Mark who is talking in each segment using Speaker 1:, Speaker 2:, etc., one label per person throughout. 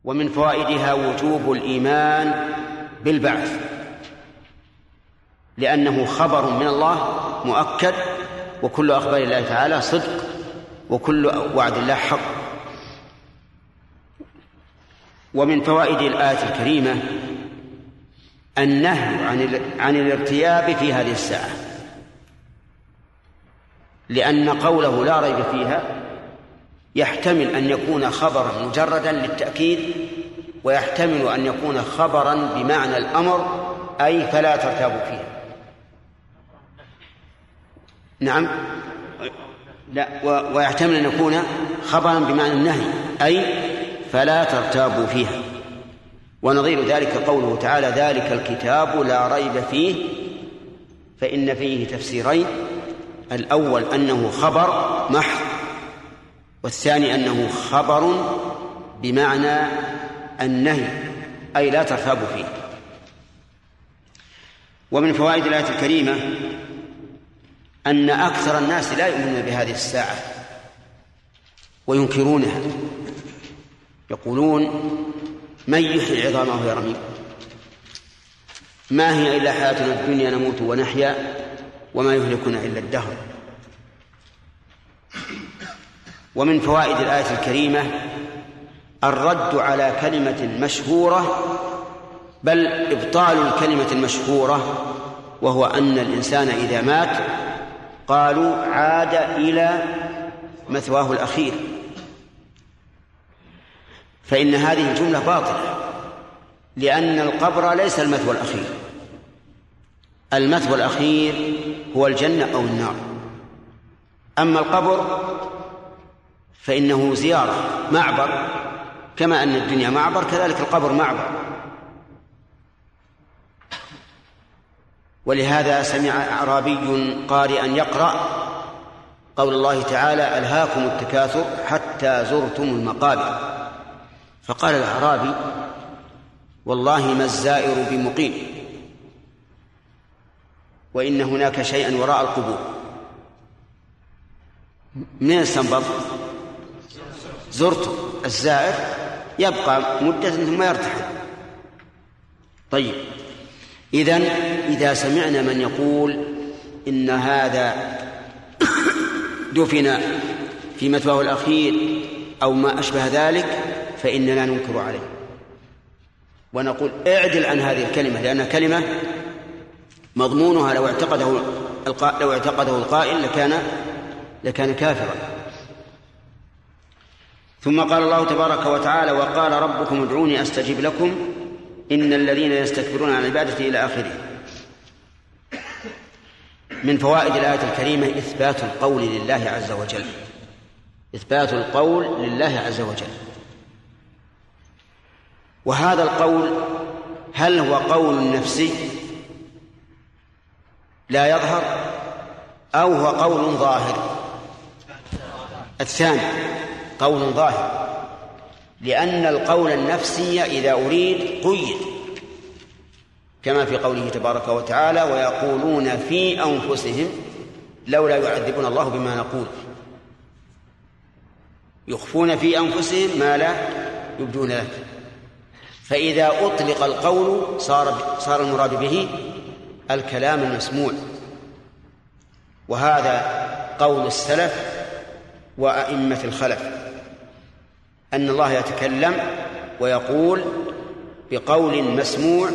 Speaker 1: ومن فوائدها وجوب الإيمان بالبعث، لأنه خبر من الله مؤكد، وكل أخبار الله تعالى صدق، وكل وعد الله حق. ومن فوائد الآية الكريمة النهي عن الارتياب في هذه الساعة، لأن قوله لا ريب فيها يحتمل أن يكون خبرا مجردا للتأكيد، ويحتمل أن يكون خبرا بمعنى الأمر، أي فلا ترتابوا فيها. نعم، لا، ويحتمل أن يكون خبرا بمعنى النهي، أي فلا ترتابوا فيها. ونظير ذلك قوله تعالى ذلك الكتاب لا ريب فيه، فإن فيه تفسيرين: الأول أنه خبر محض، والثاني أنه خبر بمعنى النهي، أي لا ترتابوا فيه. ومن فوائد الآية الكريمة أن أكثر الناس لا يؤمنون بهذه الساعة وينكرونها، يقولون من يحيي العظام وهي رميم، ما هي إلا حياتنا الدنيا نموت ونحيا وما يهلكنا إلا الدهر. ومن فوائد الآية الكريمة الرد على كلمة مشهورة، بل إبطال الكلمة المشهورة، وهو أن الإنسان إذا مات قالوا عاد إلى مثواه الأخير، فإن هذه الجملة باطلة، لأن القبر ليس المثوى الأخير. المثوى الأخير هو الجنة أو النار، أما القبر فإنه زيارة، معبر، كما أن الدنيا معبر كذلك القبر معبر. ولهذا سمع أعرابي قارئا يقرأ قول الله تعالى ألهاكم التكاثر حتى زرتم المقابر، فقال الأعرابي والله ما الزائر بمقيم، وإن هناك شيئا وراء القبور. منين استنبط؟ زرتم، الزائر يبقى مدة ثم يرتحل. طيب، إذا سمعنا من يقول إن هذا دفن في مثواه الأخير أو ما أشبه ذلك فإننا ننكر عليه ونقول اعدل عن هذه الكلمة، لأنها كلمة مضمونها لو اعتقده القائل لكان كافرا. ثم قال الله تبارك وتعالى وقال ربكم ادعوني أستجب لكم إن الذين يستكبرون عن عبادتي إلى آخره. من فوائد الآية الكريمة إثبات القول لله عز وجل، إثبات القول لله عز وجل. وهذا القول هل هو قول نفسي لا يظهر أو هو قول ظاهر؟ الثاني قول ظاهر، لأن القول النفسي إذا أريد قيد، كما في قوله تبارك وتعالى ويقولون في أنفسهم لولا يعذبنا الله بما نقول، يخفون في أنفسهم ما لا يبدون لك. فإذا أطلق القول صار المراد به الكلام المسموع، وهذا قول السلف وأئمة الخلف، أن الله يتكلم ويقول بقول مسموع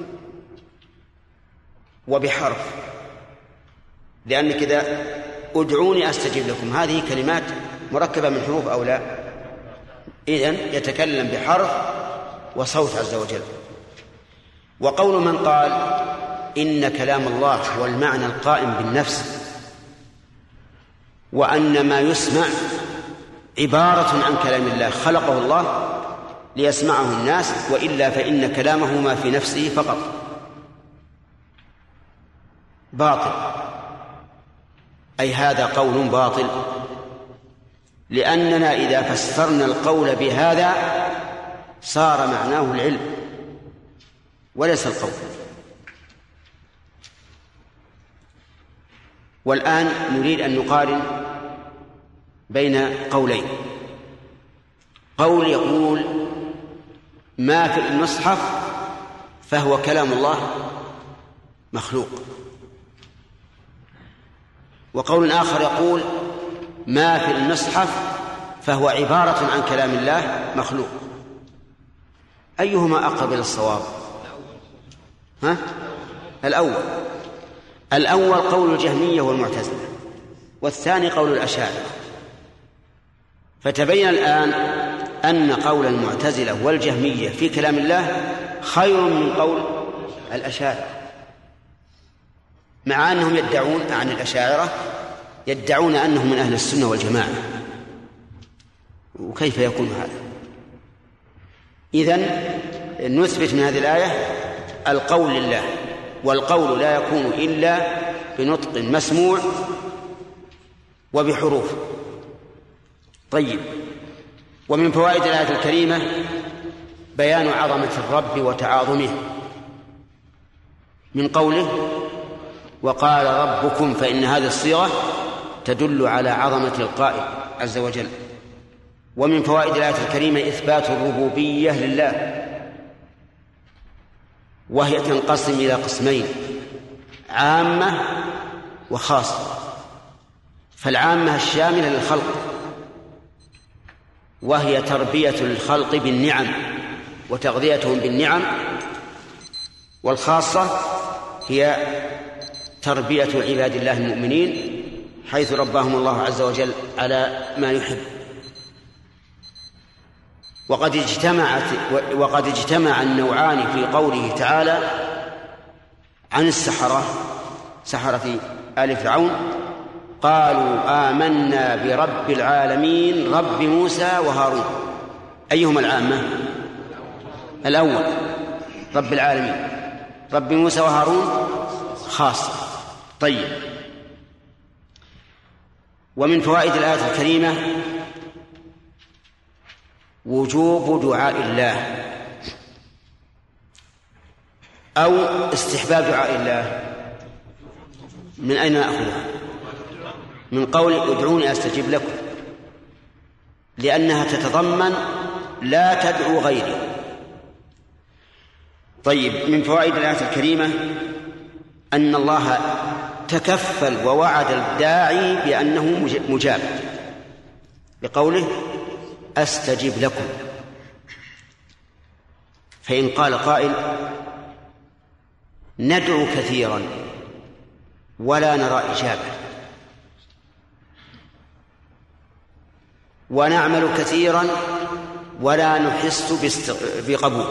Speaker 1: وبحرف، لأن كذا ادعوني أستجب لكم هذه كلمات مركبة من حروف أو لا؟ إذن يتكلم بحرف وصوت عز وجل. وقول من قال إن كلام الله هو المعنى القائم بالنفس، وأن ما يسمع عبارة عن كلام الله خلقه الله ليسمعه الناس، وإلا فإن كلامه ما في نفسه فقط، باطل. أي هذا قول باطل، لأننا إذا فسرنا القول بهذا صار معناه العلم وليس القول. والآن نريد أن نقارن بين قولين. قول يقول ما في المصحف فهو كلام الله مخلوق. وقول آخر يقول ما في المصحف فهو عبارة عن كلام الله مخلوق. أيهما أقرب إلى الصواب؟ الأول قول الجهمية والمعتزلة، والثاني قول الأشاعرة. فتبين الآن أن قول المعتزلة والجهمية في كلام الله خير من قول الأشاعرة، مع أنهم يدعون عن الأشاعرة يدعون أنهم من أهل السنة والجماعة. وكيف يكون هذا؟ إذن نثبت من هذه الآية القول لله، والقول لا يكون إلا بنطق مسموع وبحروف. طيب، ومن فوائد الآية الكريمة بيان عظمة الرب وتعاظمه من قوله وقال ربكم، فإن هذه الصيغة تدل على عظمة القائل عز وجل. ومن فوائد الآية الكريمة إثبات الربوبية لله، وهي تنقسم إلى قسمين: عامة وخاصة. فالعامة الشاملة للخلق، وهي تربية الخلق بالنعم وتغذيتهم بالنعم. والخاصة هي تربية عباد الله المؤمنين، حيث رباهم الله عز وجل على ما يحب. وقد اجتمع النوعان في قوله تعالى عن سحرة آل فرعون: قالوا آمنا برب العالمين رب موسى وهارون. أيهما العامة؟ الأول رب العالمين، رب موسى وهارون خاصة. طيب، ومن فوائد الآية الكريمة وجوب دعاء الله أو استحباب دعاء الله. من أين نأخذها؟ من قول ادعوني أستجب لكم، لأنها تتضمن لا تدعو غيري. طيب، من فوائد الآية الكريمة أن الله تكفل ووعد الداعي بأنه مجاب بقوله أستجب لكم. فإن قال قائل ندعو كثيرا ولا نرى إجابة، ونعمل كثيرا ولا نحس بقبول،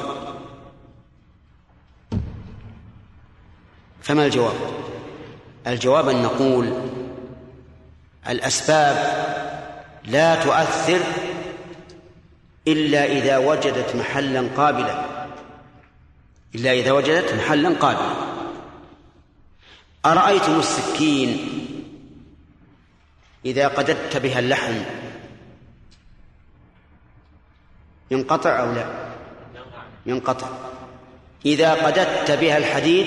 Speaker 1: فما الجواب؟ الجواب أن نقول الأسباب لا تؤثر إلا إذا وجدت محلا قابلا. أرأيتم السكين إذا قددت بها اللحم ينقطع أو لا؟ ينقطع. إذا قددت بها الحديد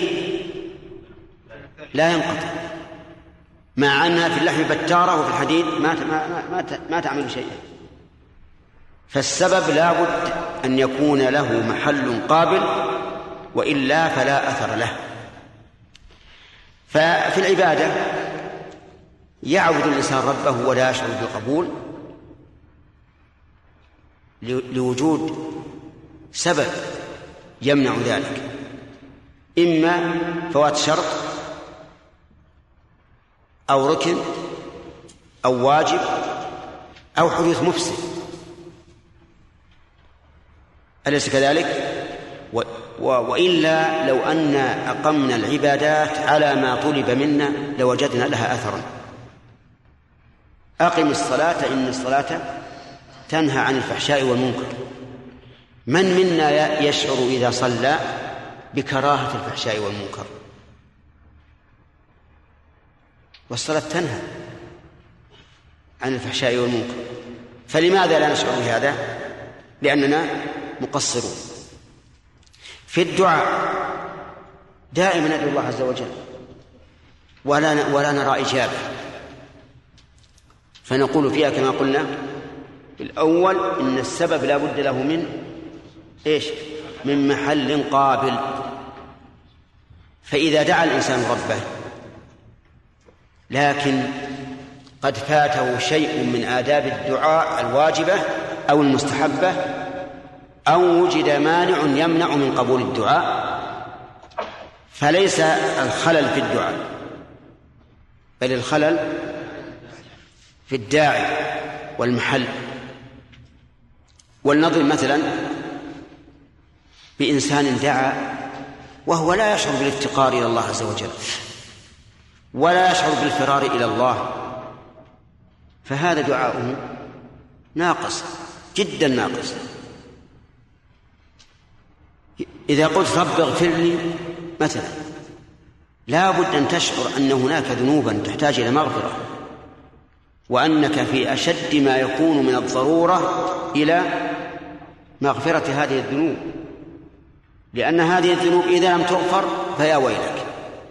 Speaker 1: لا ينقطع، مع أنها في اللحم بتارة وفي الحديد ما تعمل شيئا. فالسبب لا بد أن يكون له محل قابل، وإلا فلا أثر له. ففي العبادة يعبد الإنسان ربه ولا يشعر بالقبول لوجود سبب يمنع ذلك، إما فوات شرط أو ركن أو واجب أو حدوث مفسد، أليس كذلك؟ وإلا لو أن أقمنا العبادات على ما طلب منا لوجدنا لها أثرا. أقم الصلاة إن الصلاة تنهى عن الفحشاء والمنكر. من منا يشعر إذا صلى بكراهة الفحشاء والمنكر؟ والصلاة تنهى عن الفحشاء والمنكر، فلماذا لا نشعر بهذا؟ لأننا مقصرون. في الدعاء دائما ندعو الله عز وجل ولا نرى إجابة، فنقول فيها كما قلنا الأول إن السبب لا بد له من إيش؟ من محل قابل. فإذا دعا الإنسان ربه لكن قد فاته شيء من آداب الدعاء الواجبة أو المستحبة، أو وجد مانع يمنع من قبول الدعاء، فليس الخلل في الدعاء بل الخلل في الداعي والمحل. ولنضرب مثلا بإنسان دعا وهو لا يشعر بالافتقار إلى الله عز وجل ولا يشعر بالفرار إلى الله، فهذا دعاؤه ناقص جدا ناقص. إذا قلت رب اغفر لي مثلا، لا بد أن تشعر أن هناك ذنوبا تحتاج إلى مغفرة، وأنك في أشد ما يكون من الضرورة إلى مغفرة هذه الذنوب، لأن هذه الذنوب إذا لم تغفر فيا ويلك.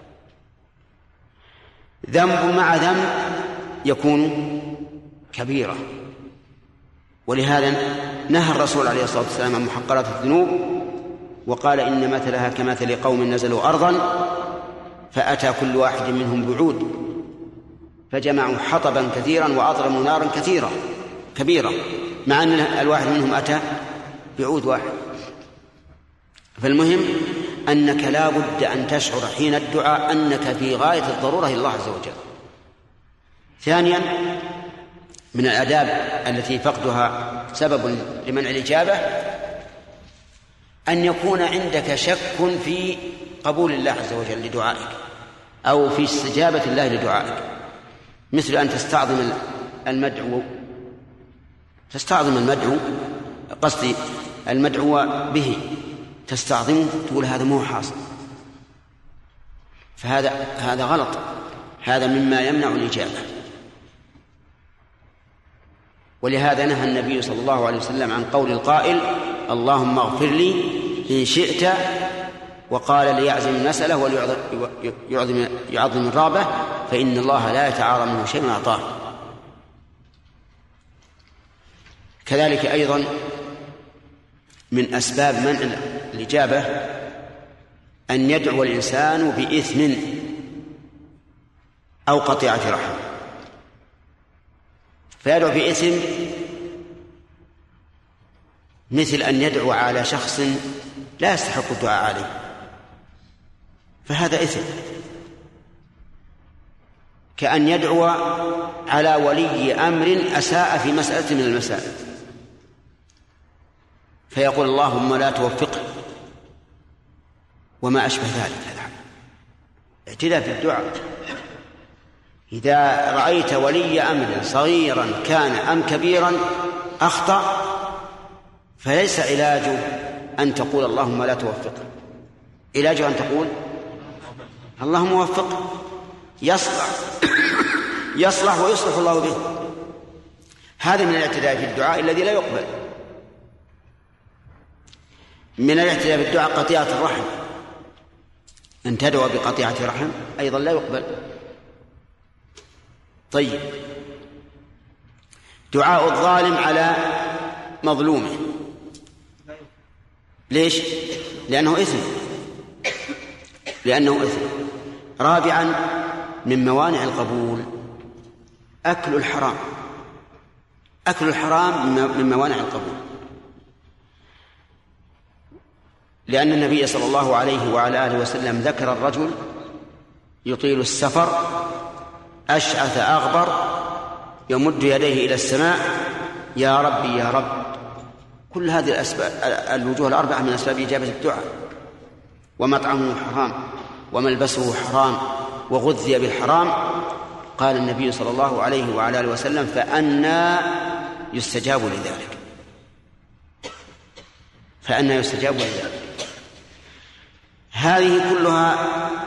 Speaker 1: ذنب مع ذنب يكون كبيرة، ولهذا نهى الرسول عليه الصلاة والسلام عن محقرات الذنوب، وقال إن مثلها كمثل قوم نزلوا أرضا فأتى كل واحد منهم بعود فجمعوا حطبا كثيرا وأضرموا نارا كبيرة مع أن الواحد منهم أتى بعود واحد. فالمهم أنك لا بد أن تشعر حين الدعاء أنك في غاية الضرورة إلى الله عز وجل. ثانيا من الآداب التي فقدها سبب لمنع الإجابة أن يكون عندك شك في قبول الله عز وجل لدعائك أو في استجابة الله لدعائك، مثل أن تستعظم المدعو قصدي المدعو به، تستعظمه تقول هذا مو حاصل، فهذا غلط، هذا مما يمنع الإجابة. ولهذا نهى النبي صلى الله عليه وسلم عن قول القائل اللهم اغفر لي إن شئت، وقال ليعزم المسألة وليعظم الرغبة، فإن الله لا يتعارى منه شيء أعطاه. كذلك أيضا من أسباب منع الإجابة أن يدعو الإنسان بإثم أو قطيعة رحم، فيدعو بإثم مثل أن يدعو على شخص لا يستحق الدعاء عليه، فهذا إثم، كأن يدعو على ولي أمر أساء في مسألة من المسائل فيقول اللهم لا توفقه وما أشبه ذلك. هذا اعتداء في الدعاء. إذا رأيت ولي أمر صغيرا كان أم كبيرا أخطأ فليس علاجه أن تقول اللهم لا توفقه، علاجه أن تقول اللهم وفقه، يصلح ويصلح الله به. هذا من الاعتداء في الدعاء الذي لا يقبل. من الاعتداء في الدعاء قطيعة الرحم، أن تدعو بقطيعة رحم أيضا لا يقبل. طيب، دعاء الظالم على مظلومه، ليش؟ لأنه إثم. رابعا من موانع القبول أكل الحرام من موانع القبول، لأن النبي صلى الله عليه وعلى آله وسلم ذكر الرجل يطيل السفر أشعث أغبر يمد يديه إلى السماء يا ربي يا رب. كل هذه الأسباب الوجوه الأربعة من أسباب إجابة الدعاء. ومطعمه حرام وملبسه حرام وغذي بالحرام. قال النبي صلى الله عليه وعلى آله وسلم فأنى يستجاب لذلك. هذه كلها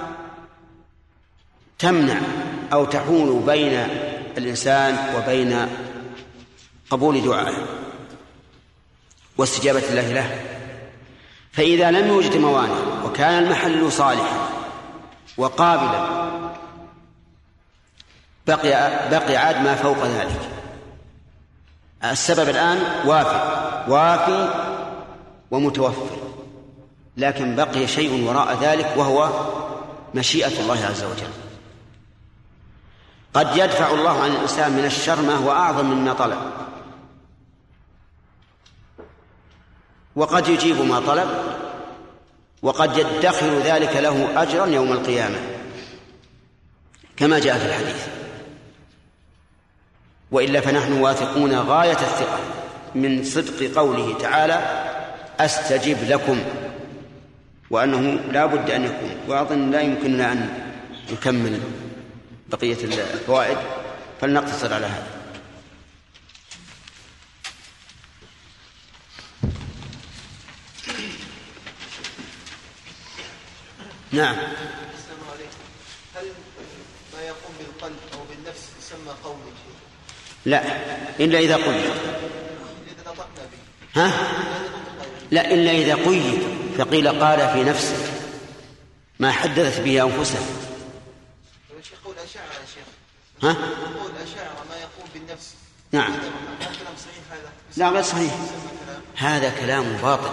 Speaker 1: تمنع أو تحول بين الإنسان وبين قبول دعائه واستجابة الله له. فإذا لم يوجد موانع وكان المحل صالحا وقابلا بقي عاد ما فوق ذلك. السبب الآن وافي ومتوفر، لكن بقي شيء وراء ذلك وهو مشيئة الله عز وجل. قد يدفع الله عن الإنسان من الشر ما هو أعظم مما طلب، وقد يجيب ما طلب، وقد يدخر ذلك له أجرا يوم القيامة كما جاء في الحديث. وإلا فنحن واثقون غاية الثقة من صدق قوله تعالى أستجب لكم، وأنه لا بد أن يكون. وأظن لا يمكننا أن نكمل بقية الفوائد، فلنقتصر على هذا. نعم.
Speaker 2: هل ما يقوم بالقلب أو بالنفس يسمى قول؟
Speaker 1: لا، إلا إذا قيد. ها؟ لا، إلا إذا قيد، فقيل قال في نفسه ما حدثت به أنفسه.
Speaker 2: يقول أشاعر يا شيخ.
Speaker 1: ها؟
Speaker 2: يقول أشاعر ما يقوم بالنفس.
Speaker 1: نعم.
Speaker 2: هذا كلام صحيح هذا؟
Speaker 1: لا، غير صحيح، هذا كلام باطل.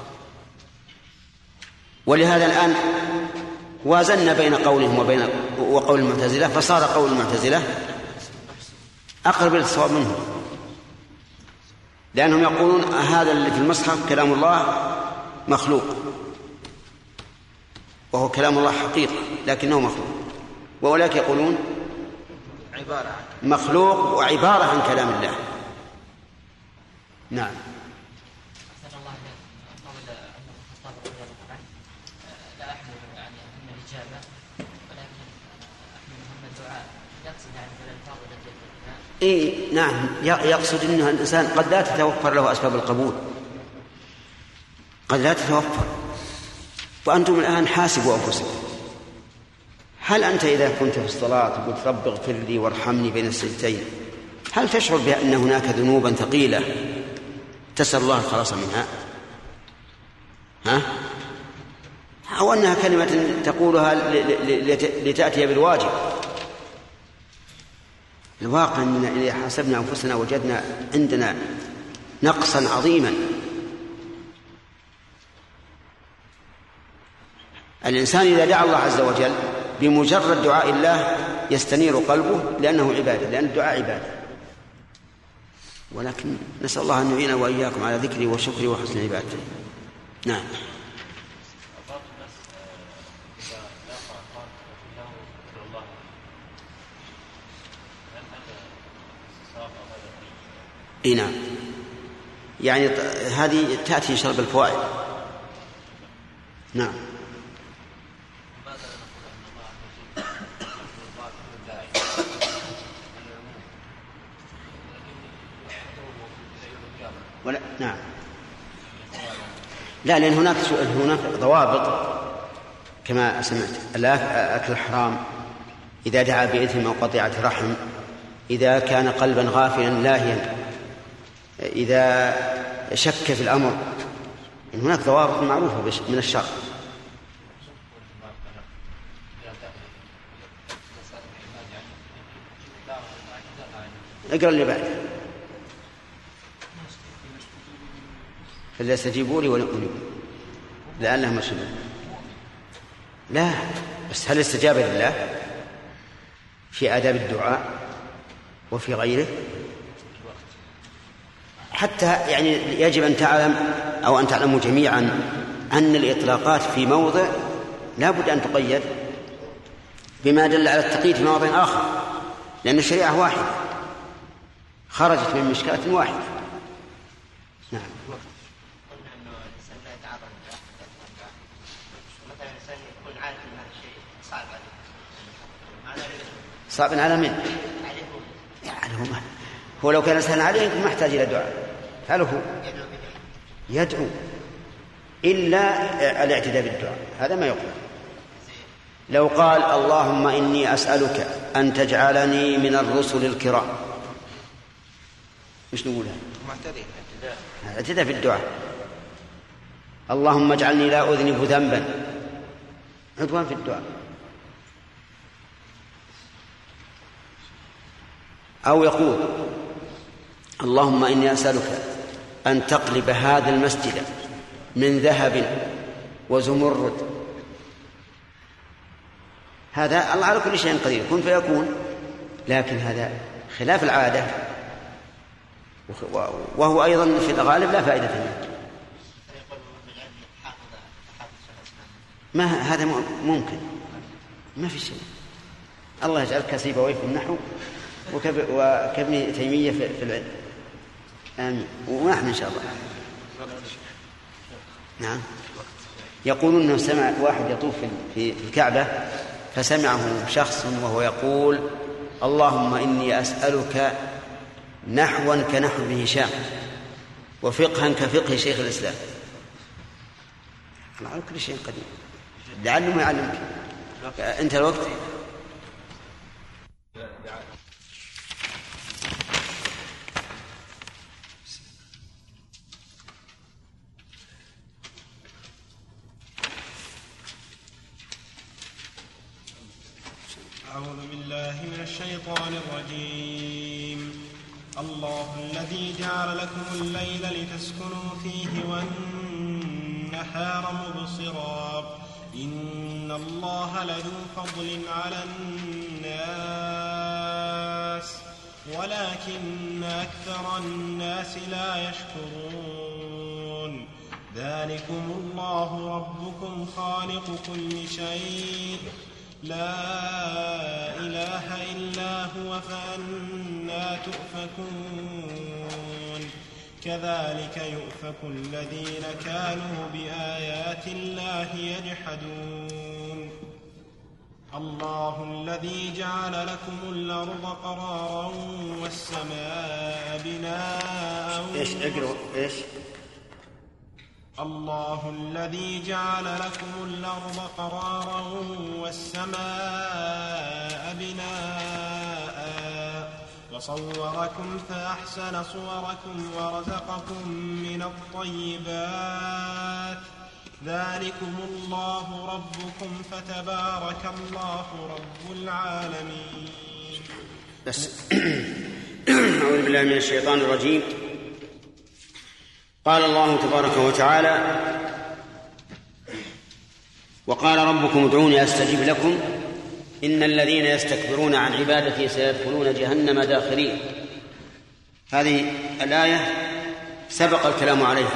Speaker 1: ولهذا الآن وازنا بين قولهم وقول المعتزلة، فصار قول المعتزلة أقرب إلى الصواب منه، لأنهم يقولون هذا اللي في المصحف كلام الله مخلوق، وهو كلام الله حقيقة لكنه مخلوق، وأولئك يقولون مخلوق وعبارة عن كلام الله. نعم. إيه نعم، يقصد أن الإنسان قد لا تتوفر له أسباب القبول، قد لا تتوفر. وأنتم الآن حاسبوا أنفسكم، هل أنت إذا كنت في الصلاة قلت رب اغفر لي وارحمني بين السجدتين، هل تشعر بأن هناك ذنوبا ثقيلة تسأل الله الخلاص منها؟ ها؟ أو أنها كلمة تقولها لتأتي بالواجب؟ الواقع أننا إذا حاسبنا أنفسنا وجدنا عندنا نقصا عظيما. الإنسان إذا دعا الله عز وجل بمجرد دعاء الله يستنير قلبه، لأنه عبادة، لأن الدعاء عبادة. ولكن نسأل الله أن يعيننا وإياكم على ذكره وشكره وحسن عبادته. نعم. نعم، يعني هذه تأتي إن شاء الله بالفوائد. نعم. ولا نعم، لا، لأن هناك ضوابط كما سمعت. أكل الحرام، إذا دعا بإثم أو قطيعة رحم، إذا كان قلبا غافلا لاهيا، إذا شك في الأمر. هناك ضوابط معروفة من الشرع. اقرأ اللي بعد. فليستجيبوا لي وليؤمنوا لعلهم يرشدون. لا، بس هل استجاب لله في آداب الدعاء وفي غيره؟ حتى يعني يجب أن تعلم أو أن تعلموا جميعا أن الإطلاقات في موضع لا بد أن تقيد بما دل على التقييد في موضع آخر، لأن الشريعة واحدة خرجت من مشكلة واحدة. نعم. صعب على من؟ يعلم. هو لو كان سهلا عليه ما احتاج إلى دعاء. هل هو يدعو إلا الاعتداء بالدعاء؟ هذا ما يقول. لو قال اللهم إني أسألك أن تجعلني من الرسل الكرام، مش نقولها؟ اعتداء في الدعاء. اللهم اجعلني لا أذنب ذنبا، عدوان في الدعاء. أو يقول اللهم إني أسألك أن تقلب هذا المسجد من ذهب وزمرد. هذا الله على كل شيء قدير، كن فيكون، لكن هذا خلاف العادة، وهو أيضا في الغالب لا فائدة منه. ما هذا ممكن، ما في شيء. الله يجعل كسيبويه في النحو وكابن تيمية في العلم. آمين. ونحن إن شاء الله. نعم. يقولون أنه سمع واحد يطوف في الكعبة فسمعه شخص وهو يقول: اللهم إني أسألك نحوا كنحو ابن هشام وفقها كفقه شيخ الإسلام. الله على كل شيء قدير، لعله ما يعلمك. أنت الوقت.
Speaker 3: أعوذ بالله من الشيطان الرجيم. الله الذي جعل لكم الليل لتسكنوا فيه والنهار مبصرا إن الله لذو فضل على الناس ولكن أكثر الناس لا يشكرون. ذلكم الله ربكم خالق كل شيء لا إله إلا هو فأنى تؤفكون. كذلك يؤفك الذين كانوا بآيات الله يجحدون. الله الذي جعل لكم الأرض قرارا والسماء بناء.
Speaker 1: إيش؟
Speaker 3: الله الذي جعل لكم الأرض قرارا والسماء بناء وصوركم فأحسن صوركم ورزقكم من الطيبات. ذلكم الله ربكم فتبارك الله رب العالمين.
Speaker 1: بس أعوذ بالله من الشيطان الرجيم. قال الله تبارك وتعالى: وقال ربكم ادعوني أستجب لكم إن الذين يستكبرون عن عبادتي سيدخلون جهنم داخرين. هذه الآية سبق الكلام عليها،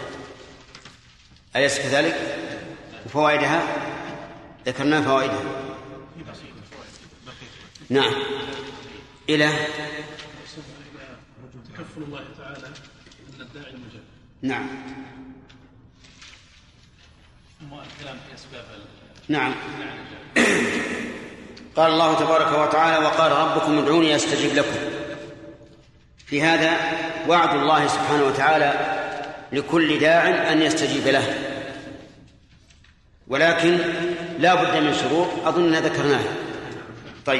Speaker 1: أليس كذلك؟ وفوائدها ذكرنا فوائدها. نعم. إلى
Speaker 4: تكفل الله تعالى من الداعي المجاب.
Speaker 1: نعم.
Speaker 4: الكلام في أسباب.
Speaker 1: نعم. قال الله تبارك وتعالى: وقال ربكم ادعوني أستجب لكم. في هذا وعد الله سبحانه وتعالى لكل داع أن يستجيب له، ولكن لا بد من شروط أظن ذكرناها. طيب.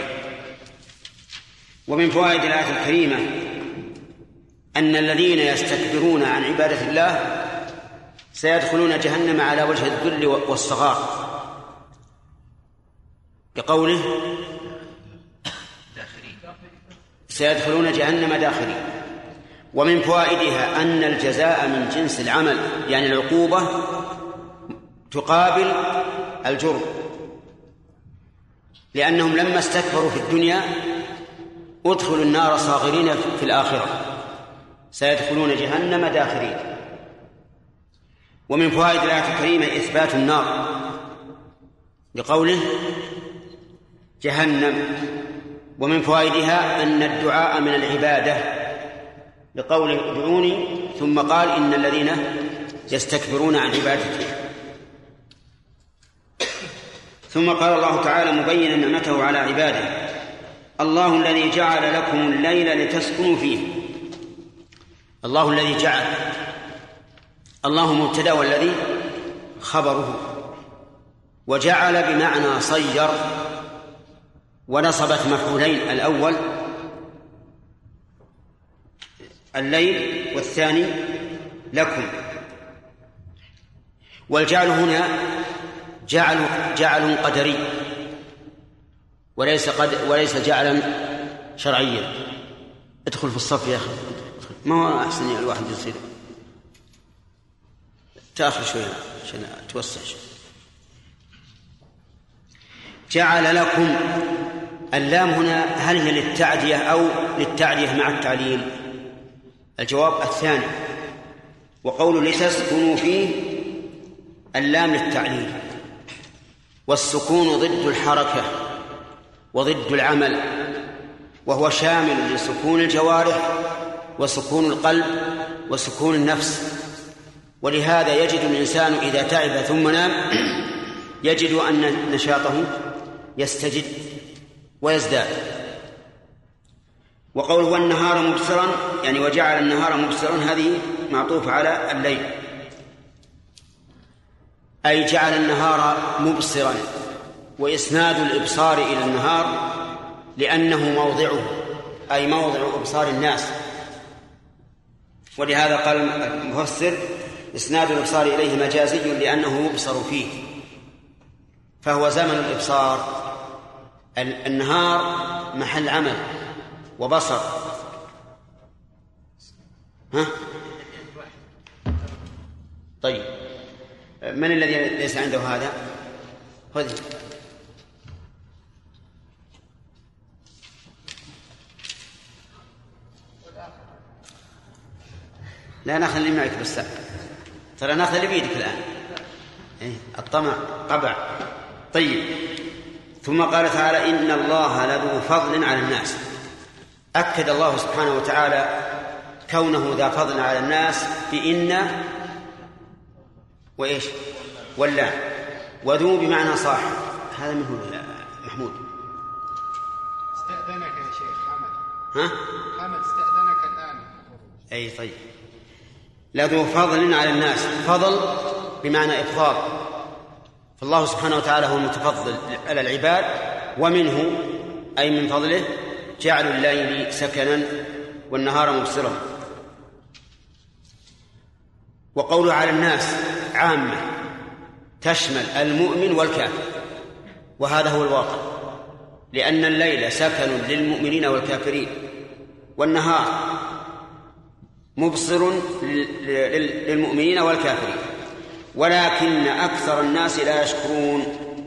Speaker 1: ومن فوائد الآية الكريمة أن الذين يستكبرون عن عبادة الله سيدخلون جهنم على وجه الذل والصغار، بقوله سيدخلون جهنم داخرين. ومن فوائدها أن الجزاء من جنس العمل، يعني العقوبة تقابل الجرم، لأنهم لما استكبروا في الدنيا ادخلوا النار صاغرين في الآخرة، سيدخلون جهنم داخرين. ومن فوائد الآية الكريمة إثبات النار بقوله جهنم. ومن فوائدها أن الدعاء من العبادة بقوله ادعوني، ثم قال إن الذين يستكبرون عن عبادتي. ثم قال الله تعالى مبينا نعمته على عباده: الله الذي جعل لكم الليل لتسكنوا فيه. الله الذي جعل، الله مبتدأ والذي خبره، وجعل بمعنى صير، ونصبت مفعولين: الأول الليل والثاني لكم. والجعل هنا جعل قدري وليس جعلا شرعيا. ادخل في الصف يا أخي، ما هو أحسن الواحد يصير. تأخر شوية عشان توسع شوية. جعل لكم، اللام هنا هل هي للتعدية أو للتعدية مع التعليل؟ الجواب الثاني. وقول لتسكنوا فيه اللام للتعليل، والسكون ضد الحركة وضد العمل، وهو شامل لسكون الجوارح وسكون القلب وسكون النفس. ولهذا يجد الإنسان إذا تعب ثم نام يجد أن نشاطه يستجد ويزداد. وقوله والنهار مبصرا يعني وجعل النهار مبصرا هذه معطوف على الليل، أي جعل النهار مبصرا، وإسناد الإبصار إلى النهار لأنه موضعه أي موضع إبصار الناس. ولهذا قال المفسر إسناد الإبصار إليه مجازي لأنه يبصر فيه، فهو زمن الإبصار. النهار محل عمل وبصر. ها؟ طيب، من الذي ليس عنده هذا؟ خذ. لا ناخذ اللي معك بس، ترى ناخذ اللي بيدك الآن. الطمع قبع. طيب، ثم قال تعالى إن الله لذو فضل على الناس. أكد الله سبحانه وتعالى كونه ذا فضل على الناس بإن وإيش ولا، وذو بمعنى صاحب. هذا من هو محمود؟
Speaker 5: استأذنك يا شيخ حمد.
Speaker 1: ها؟
Speaker 5: حمد استأذنك الآن.
Speaker 1: أي طيب. لذو فضل على الناس، فضل بمعنى إفضال، فالله سبحانه وتعالى هو المتفضل على العباد، ومنه أي من فضله جعل الليل سكنا والنهار مبصرا. وقوله على الناس عامة تشمل المؤمن والكافر، وهذا هو الواقع، لأن الليل سكن للمؤمنين والكافرين، والنهار مبصر للمؤمنين والكافرين، ولكن أكثر الناس لا يشكرون.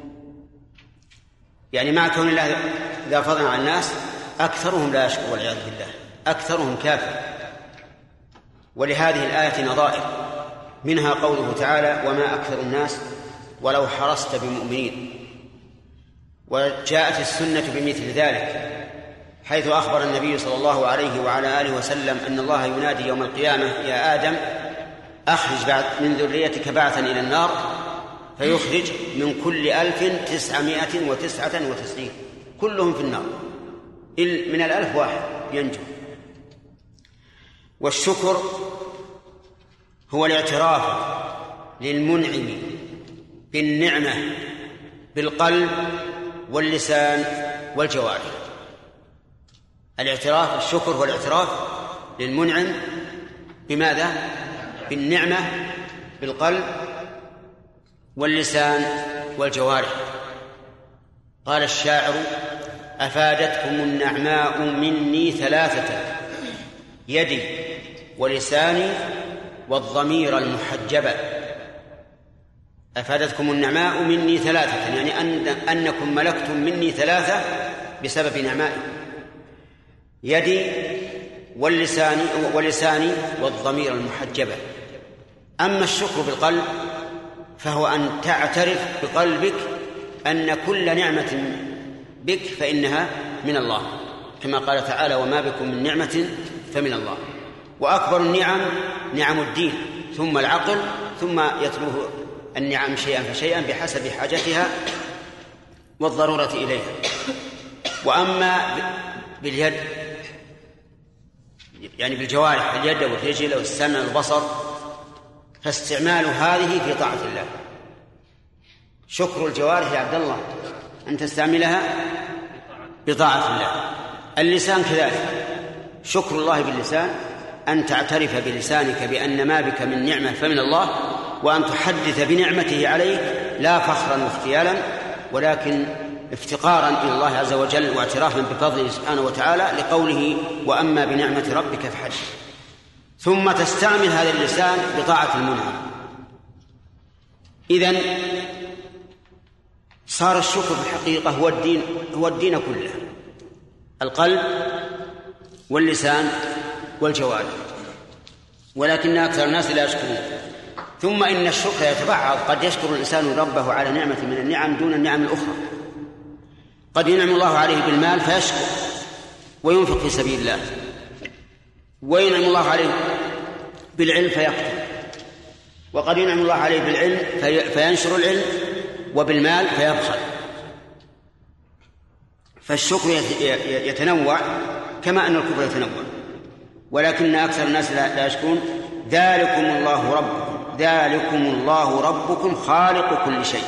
Speaker 1: يعني مع كون الله ذا فضل على الناس أكثرهم لا يشكر والعياذ بالله، أكثرهم كافر. ولهذه الآية نظائر، منها قوله تعالى وما أكثر الناس ولو حرصت بمؤمنين. وجاءت السنة بمثل ذلك، حيث أخبر النبي صلى الله عليه وعلى آله وسلم أن الله ينادي يوم القيامة يا آدم أخرج من ذريتك بعثا إلى النار، فيخرج من كل 1999 كلهم في النار، من 1000 واحد ينجو. والشكر هو الاعتراف للمنعم بالنعمة بالقلب واللسان والجوارح. الاعتراف، الشكر هو الاعتراف للمنعم بماذا؟ بالنعمة بالقلب واللسان والجوارح. قال الشاعر أفادتكم النعماء مني 3 يدي ولساني والضمير المحجبة. أفادتكم النعماء مني 3، يعني أنكم ملكتم مني 3 بسبب نعمائي، يدي ولساني والضمير المحجبة. أما الشكر بالقلب فهو أن تعترف بقلبك أن كل نعمة بك فإنها من الله، كما قال تعالى وما بكم من نعمة فمن الله. وأكبر النعم نعم الدين، ثم العقل، ثم يتلوه النعم شيئا فشيئا بحسب حاجتها والضرورة إليها. وأما باليد يعني بالجوارح، اليد والرجل والسمع والبصر، فاستعمال هذه في طاعة الله. شكر الجوارح يا عبد الله أن تستعملها بطاعة الله. اللسان كذلك، شكر الله باللسان أن تعترف بلسانك بأن ما بك من نعمة فمن الله، وأن تحدث بنعمته عليك لا فخرا واختيالا ولكن افتقارا إلى الله عز وجل واعترافا بفضله سبحانه وتعالى، لقوله وأما بنعمة ربك فحدث. ثم تستعمل هذا اللسان بطاعة المنعم، إذن صار الشكر في الحقيقة هو الدين كله، القلب واللسان والجوارح، ولكن أكثر الناس لا يشكرون. ثم إن الشكر يتبعض، قد يشكر الإنسان ربه على نعمة من النعم دون النعم الأخرى. قد ينعم الله عليه بالمال فيشكر وينفق في سبيل الله، وينعم الله عليه بالعلم فيقتل، وقد ينعم الله عليه بالعلم فينشر العلم، وبالمال فيبخل. فالشكر يتنوع كما أن الكفر يتنوع، ولكن أكثر الناس لا يشكرون. ذلكم الله ربكم خالق كل شيء.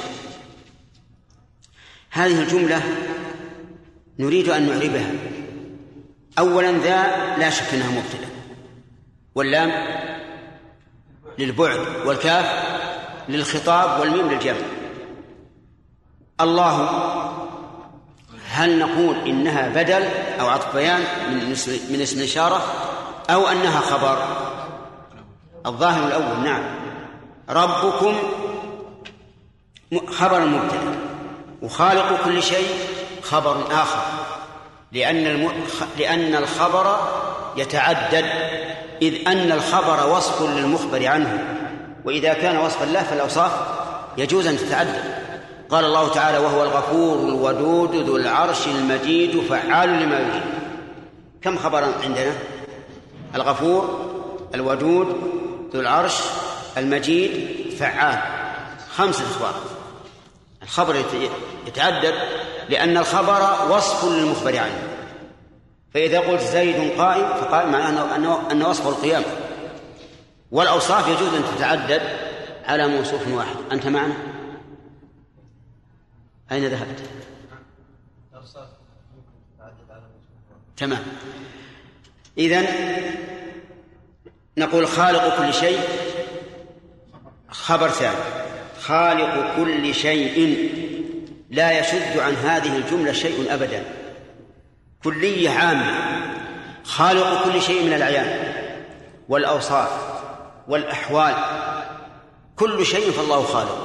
Speaker 1: هذه الجملة نريد أن نعربها. أولا ذا لا شك أنها مبتدأ، واللام للبعد، والكاف للخطاب، والميم للجمع. الله، هل نقول إنها بدل أو عطف بيان من اسم الإشارة، أو أنها خبر؟ الظاهر الأول، نعم. ربكم خبر مبتدأ، وخالق كل شيء خبر آخر، لأن الخبر يتعدد، إذ أن الخبر وصف للمخبر عنه، وإذا كان وصفا له فالأوصاف يجوز أن تتعدد. قال الله تعالى: وهو الغفور الودود ذو العرش المجيد فعال لما يريد. كم خبرا عندنا؟ الغفور، الودود، ذو العرش، المجيد، فعال، 5 أخبار. الخبر يتعدد لأن الخبر وصف للمخبر عنه. فإذا قلت زيد قائم فقال معناه أن وصف القيام. والأوصاف يجوز أن تتعدد على موصوف واحد. أنت معنا؟ أين ذهبت؟ تمام. إذن نقول خالق كل شيء خبر ثاني. خالق كل شيء لا يشد عن هذه الجملة شيء أبدا، كلية عامة. خالق كل شيء من الأعيان والأوصاف والأحوال، كل شيء فالله خالق،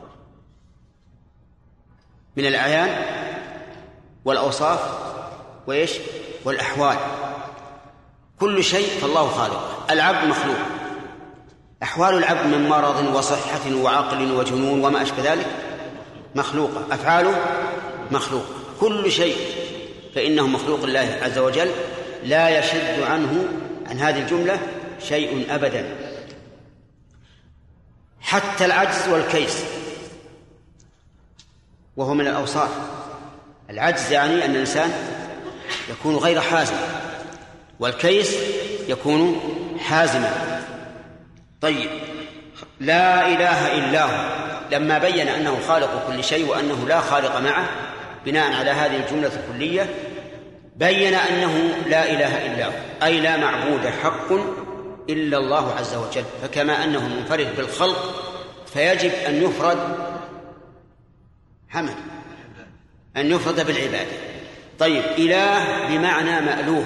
Speaker 1: من الأعيان والأوصاف وإيش والأحوال، كل شيء فالله خالق. العبد مخلوق، أحوال العبد من مرض وصحة وعقل وجنون وما أشبه ذلك مخلوقة، أفعاله مخلوق، كل شيء فإنه مخلوق الله عز وجل، لا يشد عنه عن هذه الجملة شيء أبدا، حتى العجز والكيس، وهو من الأوصاف. العجز يعني أن الإنسان يكون غير حازم، والكيس يكون حازما. طيب، لا إله إلا هو لما بين أنه خالق كل شيء وأنه لا خالق معه، بناء على هذه الجملة الكلية بين أنه لا إله إلا هو، أي لا معبود حق إلا الله عز وجل. فكما أنه منفرد بالخلق فيجب أن يفرد حمد، أن يفرد بالعبادة. طيب، إله بمعنى مألوه،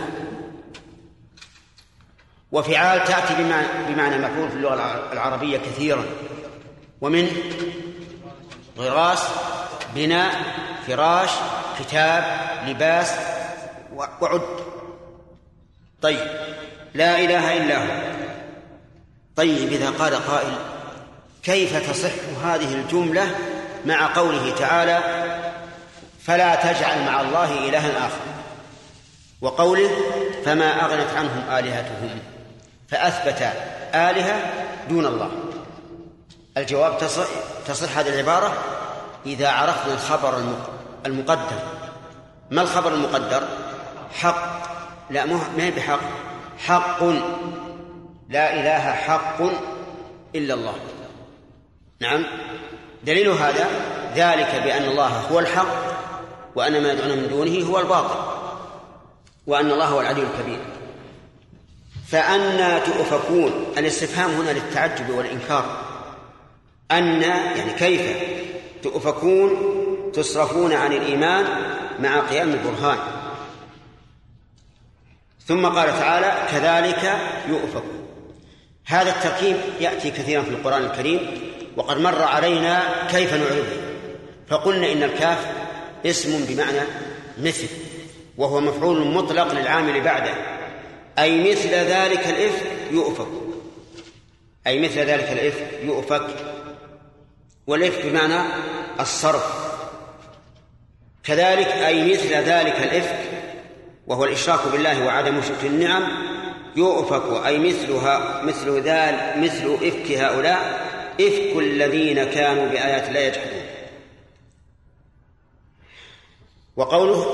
Speaker 1: وفعال تأتي بمعنى مفعول في اللغة العربية كثيرا، ومن غراس، بناء، فراش، كتاب، لباس، وعد. طيب، لا إله إلا هو. طيب، إذا قال قائل كيف تصح هذه الجملة مع قوله تعالى فلا تجعل مع الله إلها آخر، وقوله فما أغنت عنهم آلهتهم، فأثبت آلهة دون الله؟ الجواب تصح هذه العبارة إذا عرفنا الخبر المقدر. ما الخبر المقدر؟ حق، لا ما هي بحق، حق، لا إله حق إلا الله. نعم، دليل هذا ذلك بأن الله هو الحق، وأن ما يدعون من دونه هو الباطل، وأن الله هو العلي الكبير. فأنى تؤفكون؟ الاستفهام هنا للتعجب والإنكار. أن يعني كيف تؤفكون، تصرفون عن الإيمان مع قيام البرهان. ثم قال تعالى كذلك يؤفك. هذا التركيب يأتي كثيرا في القرآن الكريم، وقد مر علينا كيف نعربه، فقلنا إن الكاف اسم بمعنى مثل، وهو مفعول مطلق للعامل بعده، أي مثل ذلك الإفك يؤفك، أي مثل ذلك الإفك يؤفك. والإفك بمعنى الصرف، كذلك أي مثل ذلك الإفك وهو الإشراك بالله وعدم شكر النعم يؤفك، أي مثل إفك هؤلاء إفك الذين كانوا بآيات الله يجحدون. وقوله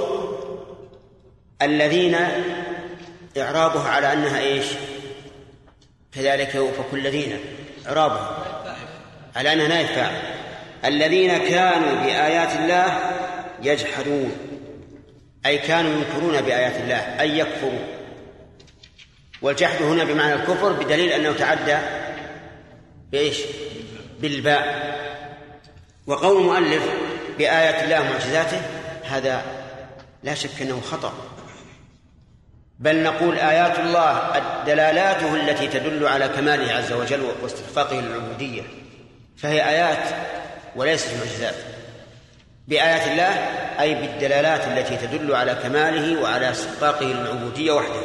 Speaker 1: الذين إعرابها على أنها إيش؟ كذلك يؤفك الذين، إعرابها على أنها نائب فاعل. الذين كانوا بآيات الله يجحدون، أي كانوا ينكرون بآيات الله، أي يكفروا. والجحد هنا بمعنى الكفر بدليل أنه تعدى بإيش؟ بالباء. وقول المؤلف بآيات الله ومعجزاته هذا لا شك أنه خطأ، بل نقول آيات الله دلالاته التي تدل على كماله عز وجل واستحقاقه للعبودية، فهي آيات وليست معجزات. بآيات الله أي بالدلالات التي تدل على كماله وعلى استحقاقه للعبودية وحده.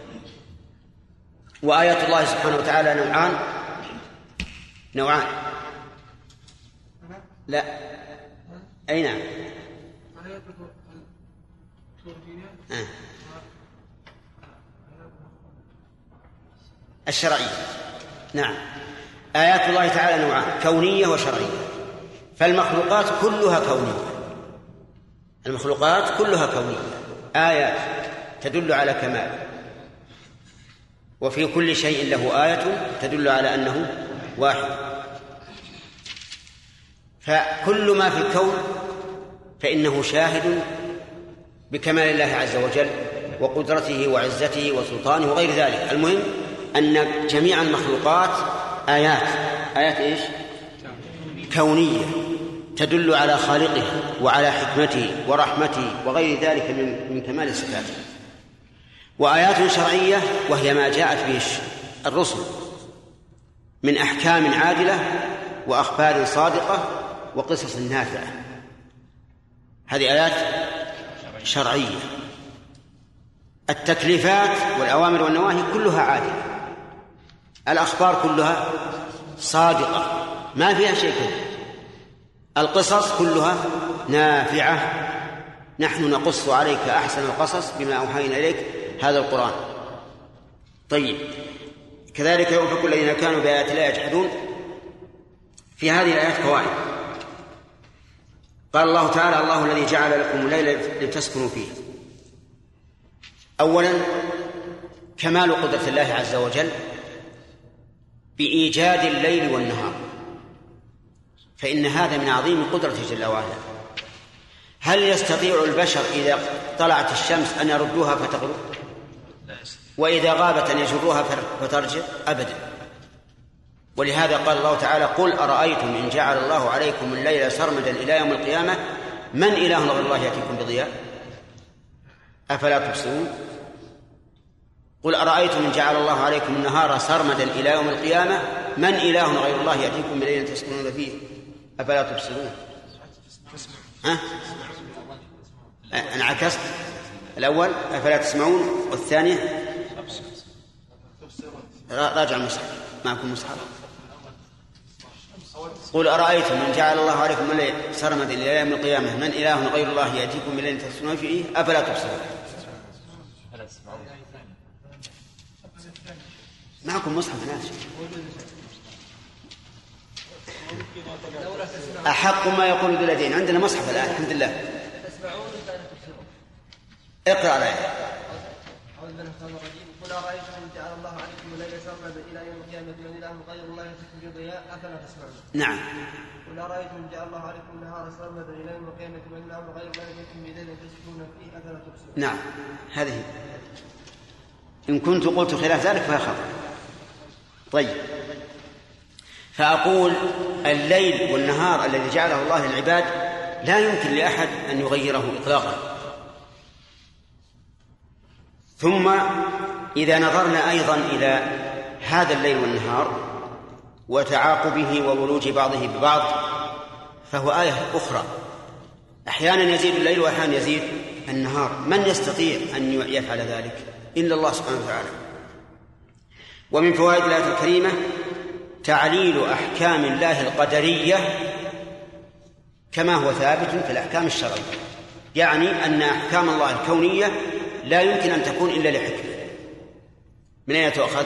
Speaker 1: وآيات الله سبحانه وتعالى نوعان. لا، أي نعم، الشرعية. نعم، آيات الله تعالى نوعان، كونية وشرعية. فالمخلوقات كلها كونية، المخلوقات كلها كونية، آيات تدل على كمال، وفي كل شيء له آية تدل على أنه واحد. فكل ما في الكون فإنه شاهد بكمال الله عز وجل وقدرته وعزته وسلطانه وغير ذلك. المهم أن جميع المخلوقات آيات إيش؟ كونية تدل على خالقه وعلى حكمته ورحمته وغير ذلك من كمال صفاته. وآيات شرعية وهي ما جاءت به الرسل من أحكام عادلة وأخبار صادقة وقصص نافعة، هذه آيات شرعية. التكليفات والأوامر والنواهي كلها عادلة، الأخبار كلها صادقة ما فيها شيء كذب، القصص كلها نافعة، نحن نقص عليك أحسن القصص بما أوحينا إليك هذا القرآن. طيب، كذلك يؤفك الذين كانوا بآيات الله يجحدون. في هذه الآيات فوائد. قال الله تعالى: الله الذي جعل لكم الليل لتسكنوا فيه. أولا كمال قدرة الله عز وجل بإيجاد الليل والنهار، فإن هذا من عظيم قدرته جل وعلا. هل يستطيع البشر إذا طلعت الشمس أن يردوها فتغرب؟ وإذا غابت أن يجروها فترجع؟ أبدا. ولهذا قال الله تعالى: قل أرأيتم إن جعل الله عليكم الليل سرمدا إلى يوم القيامة من إله غير الله يأتيكم بضياء أفلا تبصرون. قل أرأيتم إن جعل الله عليكم النهار سرمدا إلى يوم القيامة من إله غير الله يأتيكم بليل تسكنون فيه أفلا تبصرون. أنا عكست الأول أفلا تسمعون، والثاني راجع المصحف، معكم مصحف. قل أرأيتم إن جعل الله عليكم الليل سرمدا إلى يوم القيامة من إله غير الله يأتيكم بليل تسكنون فيه أفلا تبصرون. معكم مصحف ناس. أحق ما يقول ذو اليدين، عندنا مصحف الآن الحمد لله. اقرأ عليه.
Speaker 2: قل أرأيتم إن جعل الله عليكم الليل سرمدا إلى يوم القيامة من إله غير الله يأتيكم بضياء أفلا تسمعون.
Speaker 1: نعم.
Speaker 2: قل أرأيتم إن جعل الله عليكم النهار سرمدا إلى يوم القيامة من إله غير الله يأتيكم بليل تسكنون فيه أفلا تبصرون.
Speaker 1: نعم، هذه إن كنت قلت خلاف ذلك فهي خطأ. طيب، فأقول الليل والنهار الذي جعله الله للعباد لا يمكن لأحد أن يغيره إطلاقا. ثم إذا نظرنا أيضا إلى هذا الليل والنهار وتعاقبه وولوج بعضه ببعض، فهو آية أخرى. أحيانا يزيد الليل وأحيانا يزيد النهار، من يستطيع أن يفعل ذلك إلا الله سبحانه وتعالى. ومن فوائد الآية الكريمة تعليل أحكام الله القدرية كما هو ثابت في الأحكام الشرعية، يعني أن أحكام الله الكونية لا يمكن أن تكون إلا لحكمة. من أين تؤخذ؟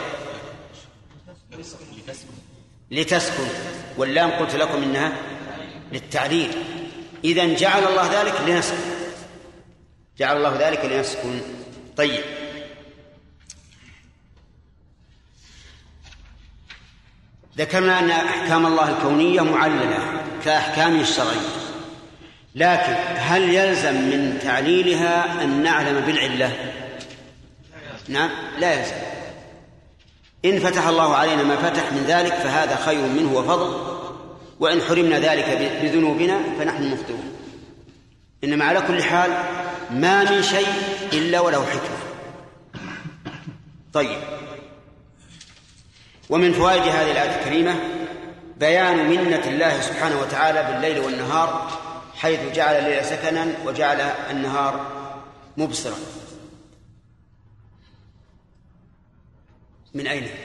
Speaker 1: لتسكن، واللام قلت لكم إنها للتعليل. إذن جعل الله ذلك لنسكن، جعل الله ذلك لنسكن. طيب، ذكرنا أن أحكام الله الكونية معللة كأحكامه الشرعية، لكن هل يلزم من تعليلها أن نعلم بالعلة؟ نعم، لا يلزم. إن فتح الله علينا ما فتح من ذلك فهذا خير منه وفضل، وإن حرمنا ذلك بذنوبنا فنحن مخطئون. إنما على كل حال ما من شيء إلا وله حكمة. طيب، ومن فوائد هذه الآية الكريمة بيان منة الله سبحانه وتعالى بالليل والنهار، حيث جعل الليل سكنا وجعل النهار مبصرا. من أين؟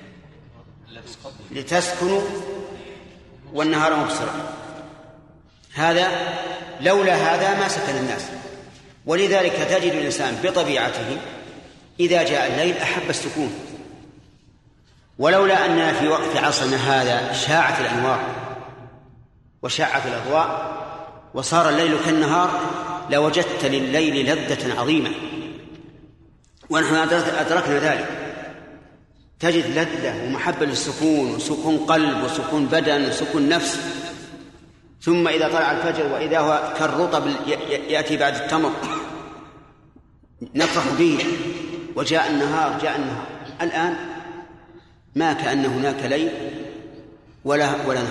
Speaker 1: لتسكنوا والنهار مبصرا. هذا لولا هذا ما سكن الناس، ولذلك تجد الإنسان بطبيعته إذا جاء الليل أحب السكون. ولولا أننا في عصرنا هذا شاعت الأنوار وشاعت الأضواء وصار الليل كالنهار لوجدت لليل لذة عظيمة، ونحن أدركنا ذلك. تجد لذة ومحبة للسكون، وسكون قلب وسكون بدن وسكون نفس. ثم إذا طلع الفجر وإذا هو كالرطب يأتي بعد التمر نفرح به، وجاء النهار جاء النهار. الآن ما كأن هناك ليل ولا نهار،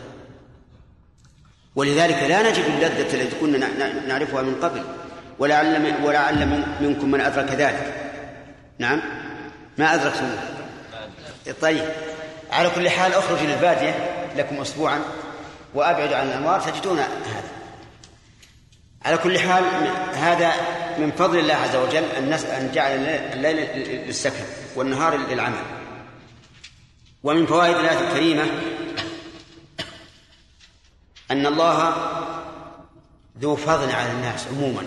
Speaker 1: ولذلك لا نجد اللذة التي كنا نعرفها من قبل، ولعل منكم من أدرك ذلك. نعم، ما أدركتم. طيب، على كل حال أخرج للبادية لكم أسبوعا وأبعد عن الأنوار تجدون هذا. على كل حال هذا من فضل الله عز وجل أن جعل الليل للسكن والنهار للعمل. ومن فوائد الآية الكريمة أن الله ذو فضل على الناس عموما،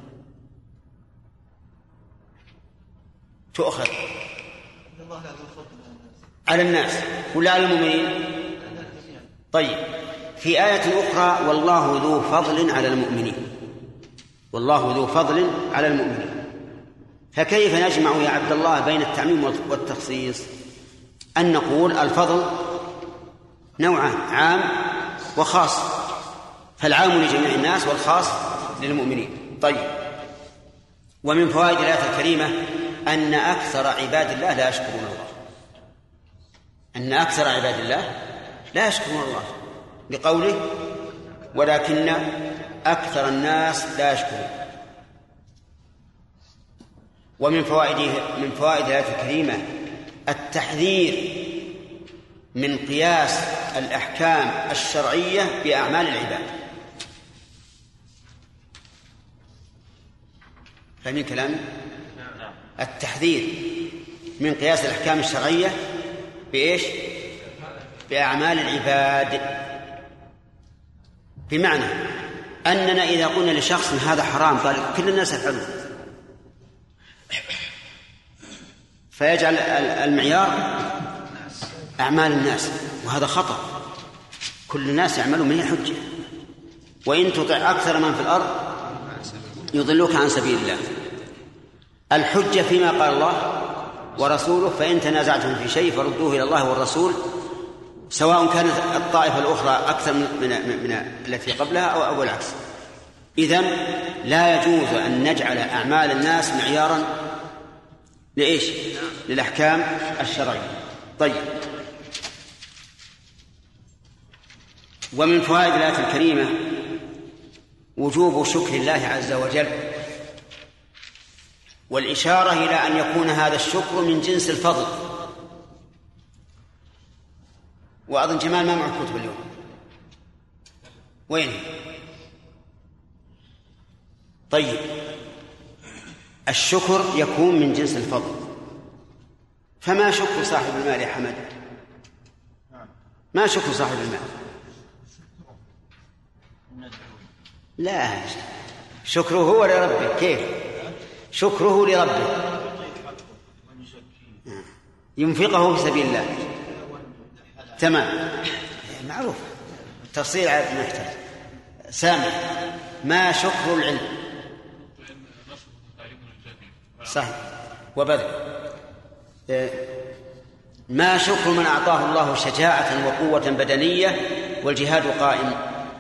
Speaker 1: تؤخذ على الناس ولا على المؤمنين؟ طيب، في آية أخرى والله ذو فضل على المؤمنين، والله ذو فضل على المؤمنين. فكيف نجمع يا عبد الله بين التعميم والتخصيص؟ أن نقول الفضل نوعان، عام وخاص، فالعام لجميع الناس والخاص للمؤمنين. طيب، ومن فوائد الآية الكريمة أن أكثر عباد الله لا يشكرون الله، أن أكثر عباد الله لا يشكرون الله، بقوله ولكن أكثر الناس لا يشكرون. ومن فوائد الآية الكريمة التحذير من قياس الأحكام الشرعية بأعمال العباد. فمن كلامي التحذير من قياس الأحكام الشرعية بإيش؟ بأعمال العباد، بمعنى أننا إذا قلنا لشخص هذا حرام قال كل الناس يفعلون، فيجعل المعيار أعمال الناس، وهذا خطأ. كل الناس يعملون من الحجة، وإن تطع أكثر من في الأرض يضلوك عن سبيل الله. الحجة فيما قال الله ورسوله، فإن تنازعتم في شيء فردوه إلى الله والرسول، سواء كانت الطائفة الأخرى أكثر من التي قبلها أو العكس. إذن لا يجوز أن نجعل أعمال الناس معيارا لإيش؟ للأحكام الشرعية. طيب، ومن فوائد الآية الكريمة وجوب شكر الله عز وجل، والإشارة إلى أن يكون هذا الشكر من جنس الفضل، وأظن جمال ما معه كتب اليوم. وين؟ طيب، الشكر يكون من جنس الفضل، فما شكر صاحب المال يا حمد؟ ما شكر صاحب المال؟ لا، شكره هو لربه. كيف شكره لربه؟ ينفقه في سبيل الله. تمام، معروف. التفصيل عاد ما يحتاج. سامح، ما شكر العلم؟ صحيح، وبذل. ما شكر من أعطاه الله شجاعة وقوة بدنية والجهاد قائم؟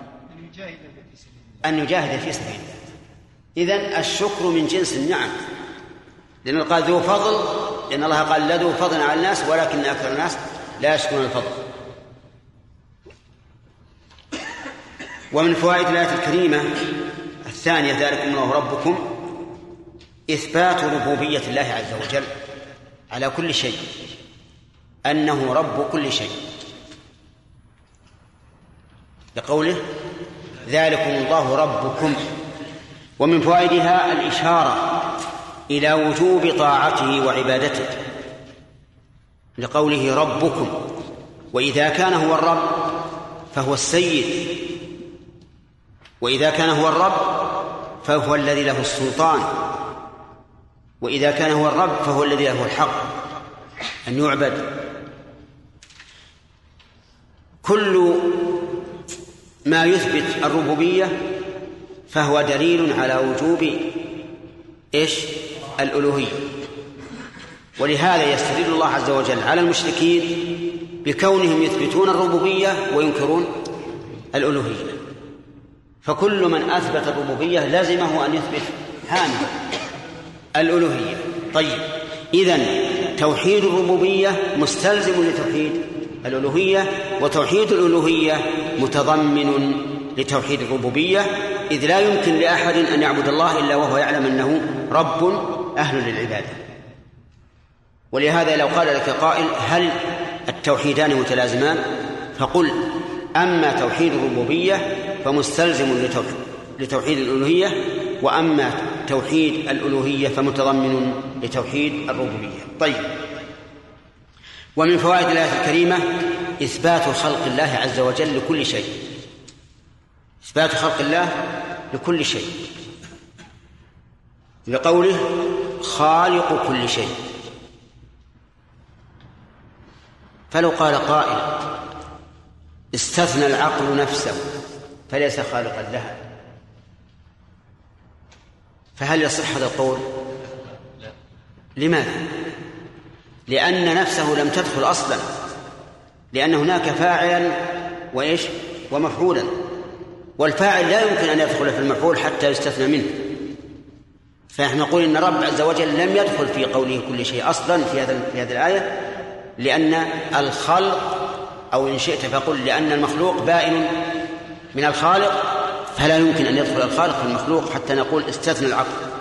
Speaker 1: أن يجاهد في سبيل الله. إذن الشكر من جنس النعم، لأنه قال ذو فضل، لأن الله قال لذو فضل على الناس ولكن أكثر الناس لا يشكرون الفضل. ومن فوائد الآية الكريمة الثانية ذلكم الله ربكم إثبات ربوبية الله عز وجل على كل شيء، أنه رب كل شيء، لقوله ذلكم الله ربكم. ومن فوائدها الإشارة إلى وجوب طاعته وعبادته، لقوله ربكم، وإذا كان هو الرب فهو السيد، وإذا كان هو الرب فهو الذي له السلطان، وإذا كان هو الرب فهو الذي له الحق أن يعبد. كل ما يثبت الربوبية فهو دليل على وجوب الألوهية. ولهذا يستدل الله عز وجل على المشركين بكونهم يثبتون الربوبية وينكرون الألوهية. فكل من أثبت الربوبية لازمه أن يثبت حامل الألوهية. طيب، إذن توحيد الربوبية مستلزم لتوحيد الألوهية، وتوحيد الألوهية متضمن لتوحيد الربوبية، إذ لا يمكن لأحد أن يعبد الله إلا وهو يعلم أنه رب أهل للعبادة. ولهذا لو قال لك قائل هل التوحيدان متلازمان؟ فقل أما توحيد الربوبية فمستلزم لتوحيد الألوهية، وأما توحيد الألوهية فمتضمن لتوحيد الربوبية. طيب، ومن فوائد الآية الكريمة إثبات خلق الله عز وجل لكل شيء، إثبات خلق الله لكل شيء، لقوله خالق كل شيء. فلو قال قائل استثنى العقل نفسه فليس خالقا لها، فهل يصح هذا القول؟ لماذا؟ لأن نفسه لم تدخل أصلا، لأن هناك فاعلا ومفعولا، والفاعل لا يمكن أن يدخل في المفعول حتى يستثنى منه. فنحن نقول إن رب عز وجل لم يدخل في قوله كل شيء أصلا في هذه الآية، لأن الخلق، أو إن شئت فقل لأن المخلوق بائن من الخالق، فلا يمكن أن يدخل الخالق في المخلوق حتى نقول استثنى العقل.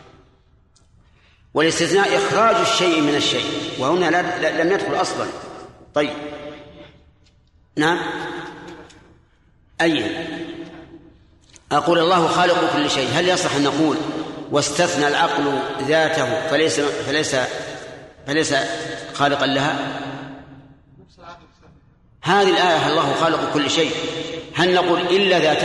Speaker 1: والاستثناء إخراج الشيء من الشيء، وهنا لم يدخل أصلا. طيب، نعم، أي أقول الله خالق كل شيء، هل يصح أن نقول واستثنى العقل ذاته فليس خالقا لها؟ هذه الآية الله خالق كل شيء، هل نقول إلا ذاته؟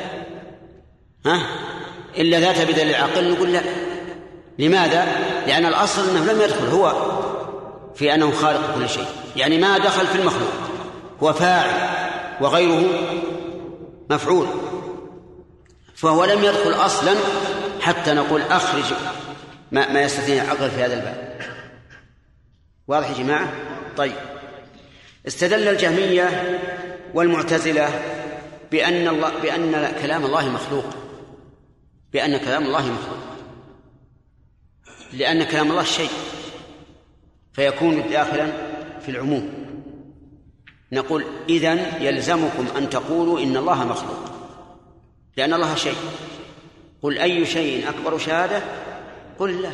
Speaker 1: إلا ذاته بدليل العقل؟ نقول لا. لماذا؟ لأن الأصل أنه لم يدخل هو في أنه خالق كل شيء، يعني ما دخل في المخلوق، هو فاعل وغيره مفعول، فهو لم يدخل أصلا حتى نقول أخرج ما يستثني العقل في هذا الباب. واضح يا جماعة؟ طيب، استدل الجهمية والمعتزلة بأن كلام الله مخلوق، بأن كلام الله مخلوق، لأن كلام الله شيء فيكون داخلا في العموم. نقول إذن يلزمكم أن تقولوا إن الله مخلوق، لأن الله شيء. قل أي شيء أكبر شهادة؟ قل الله.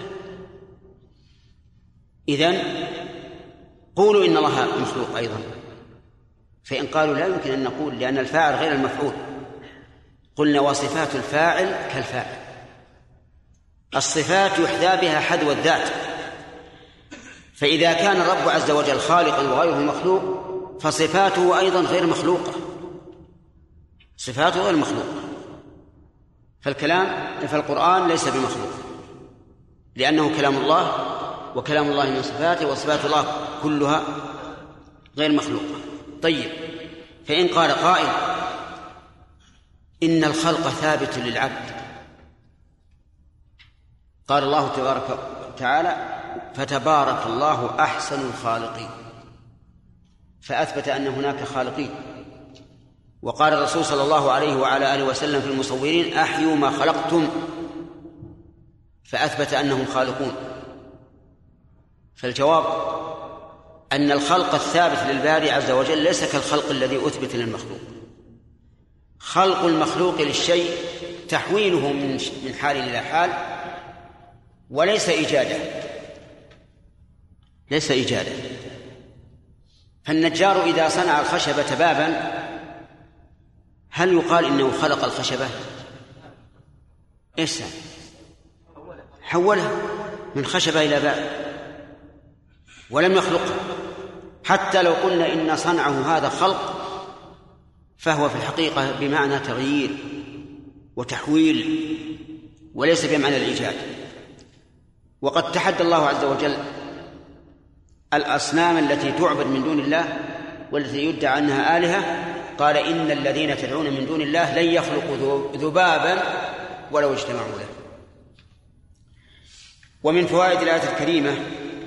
Speaker 1: إذن قولوا إن الله مخلوق أيضا، فإن قالوا لا يمكن أن نقول لأن الفاعل غير المفعول، قلنا وصفات الفاعل كالفاعل. الصفات يحذى بها حذو الذات، فإذا كان الرب عز وجل خالقا وغيره مخلوق فصفاته أيضا غير مخلوقة، صفاته غير مخلوقة. فالقرآن ليس بمخلوق لأنه كلام الله، وكلام الله من صفاته، وصفات الله كلها غير مخلوقة. طيب، فإن قال قائل إن الخلق ثابت للعبد، قال الله تبارك وتعالى فتبارك الله أحسن الخالقين، فأثبت أن هناك خالقين. وقال الرسول صلى الله عليه وعلى آله وسلم في المصورين أحيوا ما خلقتم، فأثبت أنهم خالقون. فالجواب أن الخلق الثابت للباري عز وجل ليس كالخلق الذي أثبت للمخلوق. خلق المخلوق للشيء تحويله من حال إلى حال، وليس إيجاده، ليس إيجاده. فالنجار إذا صنع الخشبة بابا هل يقال إنه خلق الخشبة؟ إيش حولها من خشبة إلى باب ولم يخلقها. حتى لو قلنا إن صنعه هذا خلق فهو في الحقيقة بمعنى تغيير وتحويل وليس بمعنى الإيجاد. وقد تحدى الله عز وجل الأصنام التي تعبد من دون الله والتي يدعى أنها آلهة، قال إن الذين تدعون من دون الله لن يخلقوا ذبابا ولو اجتمعوا له. ومن فوائد الآية الكريمة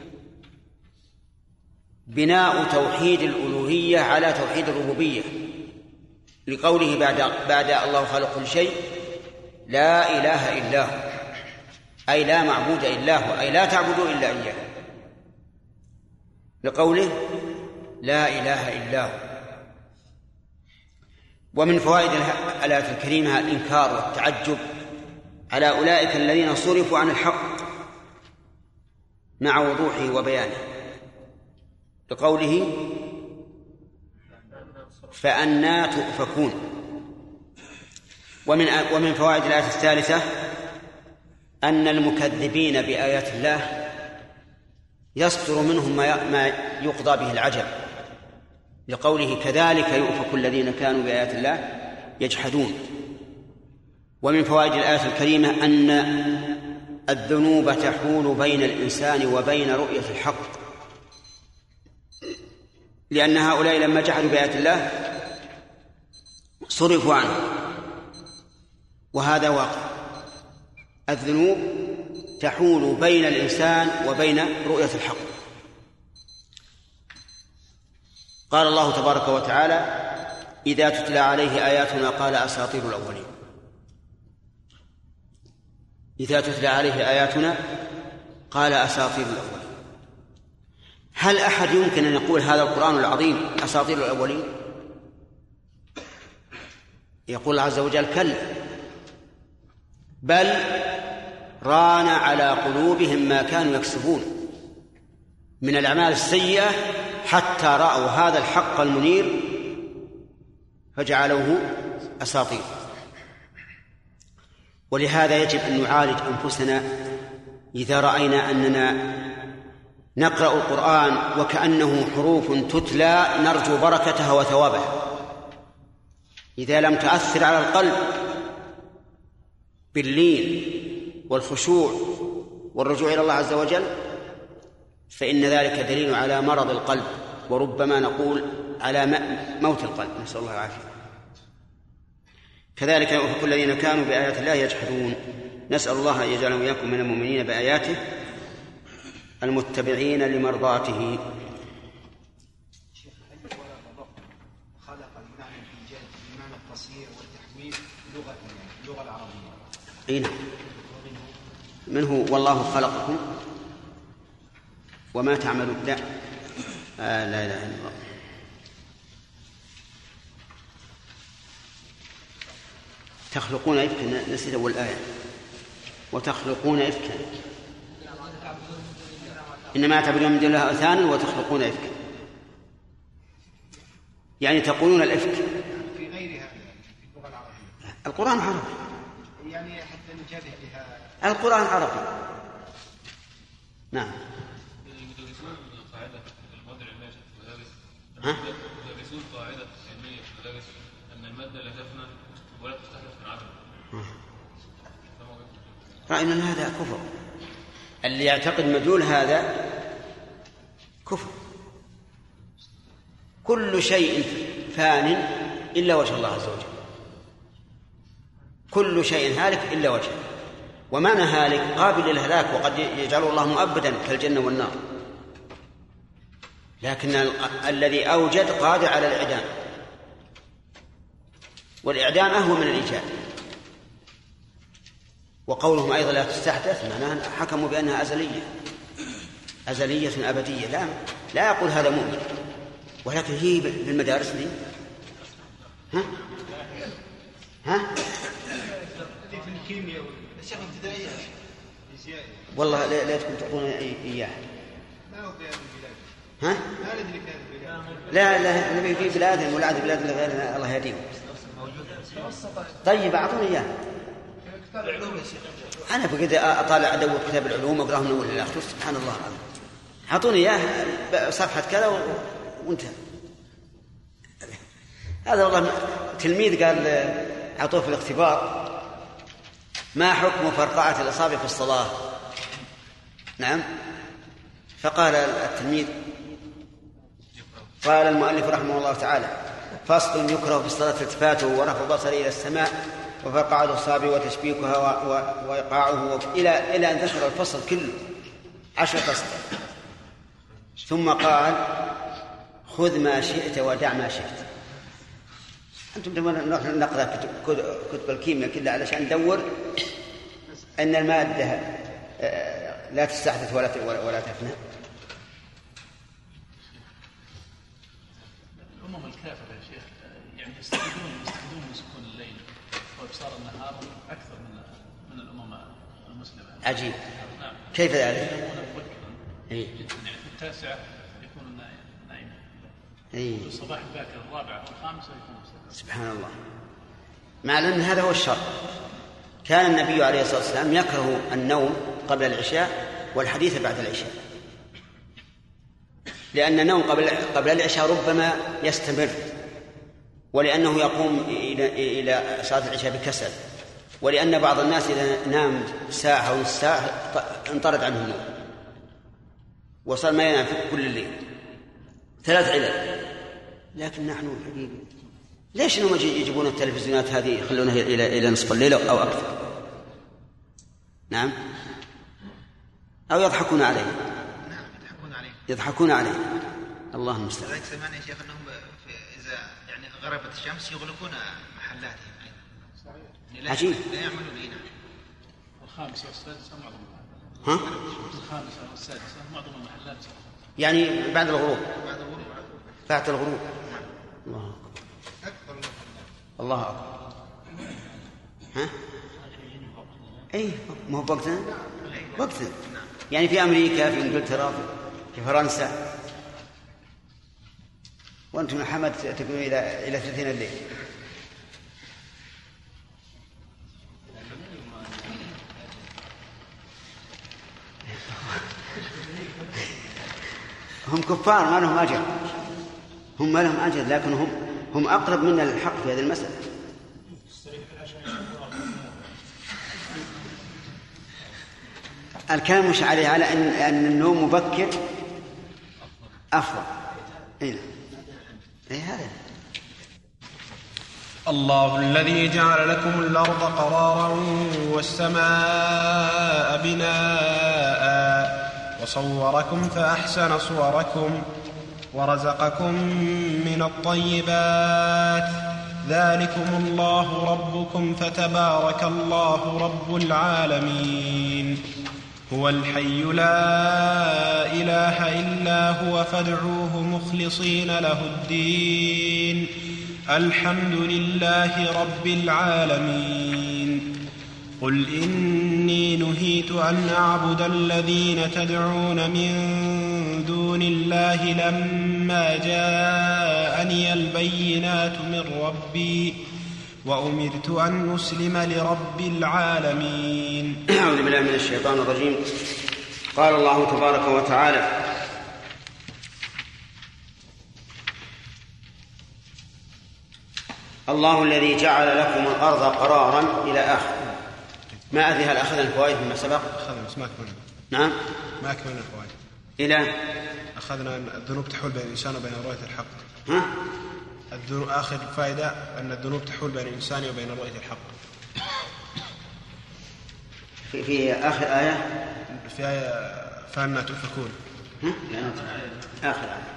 Speaker 1: بناء توحيد الألوهية على توحيد الربوبية، لقوله بعد الله خالق كل شيء لا إله إلا هو، أي لا معبود إلا هو، أي لا تعبدوا إلا إياه، لقوله لا إله إلا هو. ومن فوائد الآية الكريمة الإنكار والتعجب على أولئك الذين صرفوا عن الحق مع وضوحه وبيانه، لقوله فأنى تؤفكون. ومن فوائد الآية الثالثة أن المكذبين بآيات الله يصدر منهم ما يقضى به العجب، لقوله كذلك يؤفك الذين كانوا بآيات الله يجحدون. ومن فوائد الآية الكريمة أن الذنوب تحول بين الإنسان وبين رؤية الحق، لأن هؤلاء لما جحدوا بآيات الله صرفوا عنه، وهذا واقع. الذنوب تحول بين الإنسان وبين رؤية الحق. قال الله تبارك وتعالى إذا تتلى عليه آياتنا قال أساطير الأولين. إذا تتلى عليه آياتنا قال أساطير الأولين. هل أحد يمكن أن يقول هذا القرآن العظيم أساطير الأولين؟ يقول الله عز وجل كلا، بل ران على قلوبهم ما كانوا يكسبون من الأعمال السيئة حتى رأوا هذا الحق المنير فجعلوه أساطير. ولهذا يجب أن نعالج أنفسنا إذا رأينا أننا نقرأ القرآن وكأنه حروف تتلى نرجو بركتها وثوابها، إذا لم تؤثر على القلب باللين والخشوع والرجوع إلى الله عز وجل فإن ذلك دليل على مرض القلب، وربما نقول على موت القلب، نسأل الله العافية. كذلك يؤفك الذين كانوا بآيات الله يجحدون. نسأل الله أن يجعلنا وإياكم من المؤمنين بآياته المتبعين لمرضاته.
Speaker 5: خلق بمعنى الإيجاد بمعنى التصنيع والتحويل اللغة العربية.
Speaker 1: أين منه والله خلقكم وما تعملون. لا لا إله إلا الله. تخلقون إفكا، نسيت أول آية، وتخلقون إفكا إنما تعبدون من دون الله أوثانا وتخلقون إفكا. يعني تقولون الإفك
Speaker 5: في غيرها في اللغة العربية.
Speaker 1: القرآن عربي،
Speaker 5: يعني حتى نجابه بها.
Speaker 1: القرآن عربي. نعم.
Speaker 4: يدرسون قاعدة المادة العلمية في المدارس. يدرسون قاعدة علمية في المدارس أن المادة لا تفنى ولا تستحدث من عدم.
Speaker 1: رأينا أن هذا كفر. اللي يعتقد مدلول هذا كفر. كل شيء فان إلا وجه الله عز وجل. كل شيء هالك إلا وجهه. ومعنى هالك قابل للهلاك، وقد يجعل الله مؤبدا كالجنة والنار، لكن الذي أوجد قادر على الإعدام، والإعدام أهون من الإيجاد. وقولهم أيضا لا تستحدث معناها حكموا بأنها أزلية أبدية. لا يقول هذا مؤمن، ولكن هي بالمدارس دي ها
Speaker 5: في الكيمياء الشيخ ابتدائية
Speaker 1: والله لا تكون تعطونا إياه.
Speaker 5: ما هو في هذه البلاد.
Speaker 1: ها؟
Speaker 5: ما ندري في هذه البلاد.
Speaker 1: لا نبي في بلادهم ولا عاد بلاد غيرنا، الله يهديهم. طيب أعطوني إياه. أنا بقيت أطالع أدور كتاب العلوم أقرأه من أول إلى آخر. سبحان الله العظيم. أعطوني إياه صفحة كذا وانتهى. هذا والله تلميذ قال أعطوه في الاختبار ما حكم فرقعة الأصابع في الصلاة. نعم. فقال التلميذ، قال المؤلف رحمه الله تعالى: فصل يكره في الصلاة التفاته ورفع البصر إلى السماء وفرقعة الأصابع وتشبيكها وإيقاعه إلى أن ذكر الفصل كله 10 فصل، ثم قال: خذ ما شئت ودع ما شئت. أنتم نحن نقرأ كتب الكيمياء كلها علشان ندور أن المادة لا تستحدث ولا تفنى.
Speaker 4: الأمم الكافرة يا شيخ يعني يستفيدون من سكون الليل وإبصار النهار أكثر من الأمم المسلمة.
Speaker 1: عجيب.
Speaker 4: نعم.
Speaker 1: كيف ذلك؟
Speaker 4: ينامون مبكرا يعني في 9 يكونون نائمين. في الصباح الباكر 4 و5 يكونون.
Speaker 1: سبحان الله. مع أن هذا هو الشر. كان النبي عليه الصلاة والسلام يكره النوم قبل العشاء والحديث بعد العشاء، لأن النوم قبل العشاء ربما يستمر، ولأنه يقوم إلى صلاة العشاء بكسل، ولأن بعض الناس إذا نام ساعة أو ساعة انطرد عنه النوم وصار ما ينام كل الليل. 3 علل. لكن نحن حقيقة ليش انهم يجيبون التلفزيونات هذه يخلونها الى نصف الليل او اكثر؟ نعم. او يضحكون عليه.
Speaker 5: نعم
Speaker 1: يضحكون عليه. الله المستعان.
Speaker 5: لذلك سمعنا يا شيخ انهم اذا يعني غربت الشمس يغلقون محلاتهم. يعني
Speaker 1: عجيب.
Speaker 5: لا يعملون هنا.
Speaker 4: الخامسة والسادسة معظم.
Speaker 1: ها؟
Speaker 4: الخامسة والسادسة معظم المحلات.
Speaker 1: يعني بعد الغروب. بعد الغروب. الله
Speaker 5: أكبر.
Speaker 1: الله أكبر. ها؟ أي ما هو وقتنا؟ وقتنا. يعني في أمريكا، في إنجلترا، في فرنسا، وأنتم حمد تكونوا إلى 3 الليل. هم كفار ما لهم أجر. هم ما لهم أجر، لكن هم أقرب منا للحق في هذه المسألة. الكلام مش عليه على أن النوم مبكر أفضل. إيه هذا.
Speaker 3: الله الذي جعل لكم الأرض قرارا والسماء بناء وصوركم فأحسن صوركم ورزقكم من الطيبات ذلكم الله ربكم فتبارك الله رب العالمين. هو الحي لا إله إلا هو فادعوه مخلصين له الدين الحمد لله رب العالمين. قل إني نهيت أن أعبد الذين تدعون من دون الله لما جاءني البينات من ربي وأمرت أن أسلم لرب العالمين.
Speaker 1: أعوذ بالله من الشيطان الرجيم. قال الله تبارك وتعالى: الله الذي جعل لكم الأرض قرارا إلى آخر. ما أدري هل أخذنا الفوائد مما سبق؟
Speaker 3: أخذنا بس ما أكملنا.
Speaker 1: نعم
Speaker 3: ما أكملنا الفوائد.
Speaker 1: إلى
Speaker 3: أخذنا أن الذنوب تحول بين الإنسان وبين رؤية الحق.
Speaker 1: ها؟
Speaker 3: آخر فائدة أن الذنوب تحول بين الإنسان وبين رؤية الحق.
Speaker 1: في آخر آية،
Speaker 3: في آية فأنا تؤفكون.
Speaker 1: آخر آية.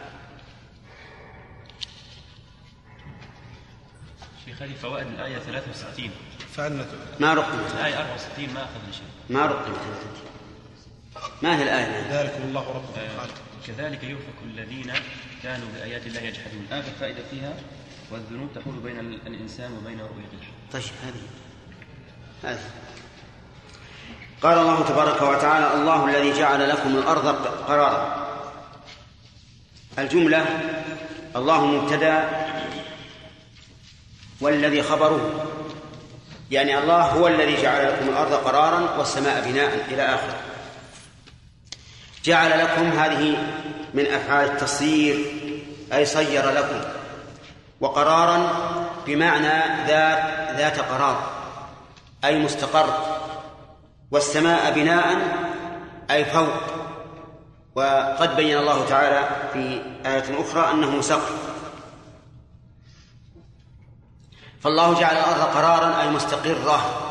Speaker 6: شيخ هذه فوائد الآية 63
Speaker 3: فأنا
Speaker 1: ما رقمت
Speaker 6: الآية 64 ما أخذنا شيء.
Speaker 1: ما رقمت. ما هي الآية؟
Speaker 3: ذلكم الله ربكم خالق.
Speaker 6: كذلك يؤفك الذين كانوا بآيات الله يجحدون. آخر فائدة فيها: والذنوب تحول بين الإنسان وبين رؤية الحق.
Speaker 1: طيب هذه قال الله تبارك وتعالى: الله الذي جعل لكم الأرض قرارا. الجملة الله مبتدأ والذي خبره، يعني الله هو الذي جعل لكم الأرض قرارا والسماء بناء إلى آخر. جعل لكم هذه من أفعال التصيير، أي صير لكم. وقرارا بمعنى ذات قرار، أي مستقر. والسماء بناء أي فوق. وقد بين الله تعالى في آية أخرى أنه سقف. فالله جعل الأرض قرارا أي مستقرة.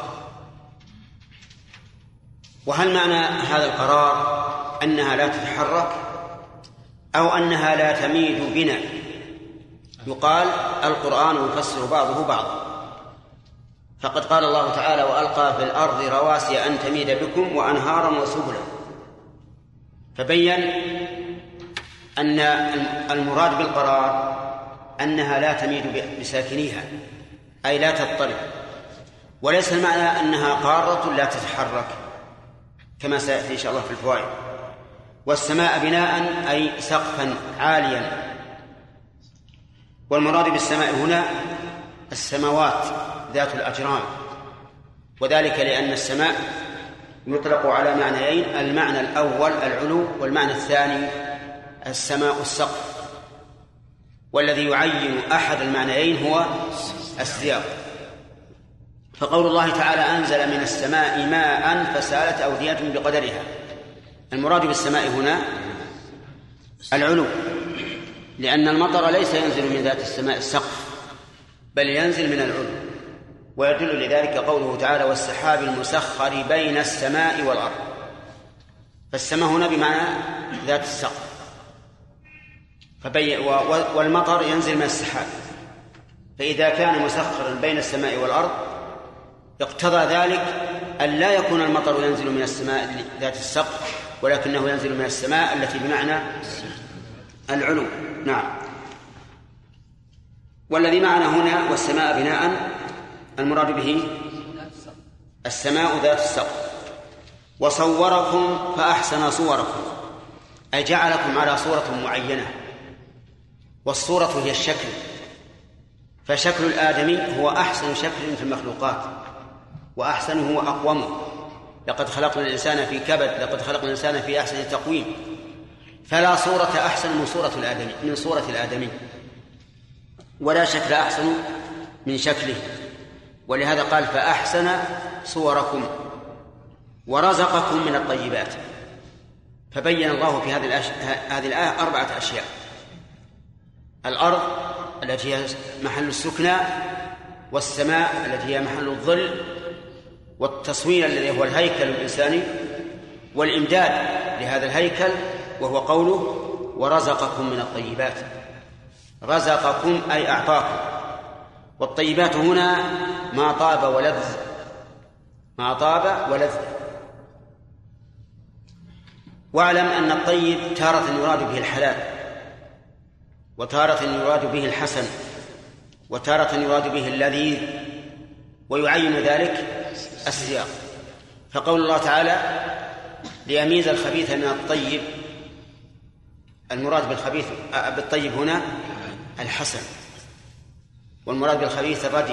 Speaker 1: وهل معنى هذا القرار أنها لا تتحرك أو أنها لا تميد بنا؟ يقال القرآن يفسر بعضه بعضا. فقد قال الله تعالى: وألقى في الأرض رواسي أن تميد بكم وأنهارا وسبلا. فبين أن المراد بالقرار أنها لا تميد بساكنيها، أي لا تضطرب. وليس المعنى أنها قارة لا تتحرك كما سيأتي إن شاء الله في الفوائد. والسماء بناء أي سقفا عاليا. والمراد بالسماء هنا السماوات ذات الأجرام، وذلك لأن السماء يطلق على معنيين: المعنى الأول العلو، والمعنى الثاني السماء السقف. والذي يعين أحد المعنيين هو السياق. فقول الله تعالى: أنزل من السماء ماء فسالت أودية بقدرها. المراد بالسماء هنا العلو، لأن المطر ليس ينزل من ذات السماء السقف، بل ينزل من العلو. ويدل لذلك قوله تعالى: والسحاب المسخر بين السماء والأرض. فالسماء هنا بمعنى ذات السقف. والمطر ينزل من السحاب. فإذا كان مسخرا بين السماء والأرض اقتضى ذلك أن لا يكون المطر ينزل من السماء ذات السقف، ولكنه ينزل من السماء التي بمعنى العلو. نعم. والذي معنا هنا والسماء بناء المراد به السماء ذات السقف. وصوركم فأحسن صوركم، أي جعلكم على صورة معينة. والصورة هي الشكل، فشكل الآدمي هو أحسن شكل في المخلوقات، وأحسنه وأقومه. لقد خلقنا الإنسان في كبد، لقد خلقنا الإنسان في أحسن تقويم. فلا صورة أحسن من صورة الآدمي، ولا شكل أحسن من شكله. ولهذا قال: فأحسن صوركم ورزقكم من الطيبات. فبين الله في هذه الآية 4 أشياء: الأرض التي هي محل السكنى، والسماء التي هي محل الظل، والتصوير الذي هو الهيكل الإنساني، والإمداد لهذا الهيكل وهو قوله: ورزقكم من الطيبات. رزقكم أي أعطاكم. والطيبات هنا ما طاب ولذ، ما طاب ولذ. واعلم أن الطيب تارة يراد به الحلال، وتارة يراد به الحسن، وتارة يراد به اللذيذ، ويعين ذلك السياق. فقول الله تعالى ليميز الخبيث من الطيب، المراد بالطيب هنا الحسن، والمراد بالخبيث الردي.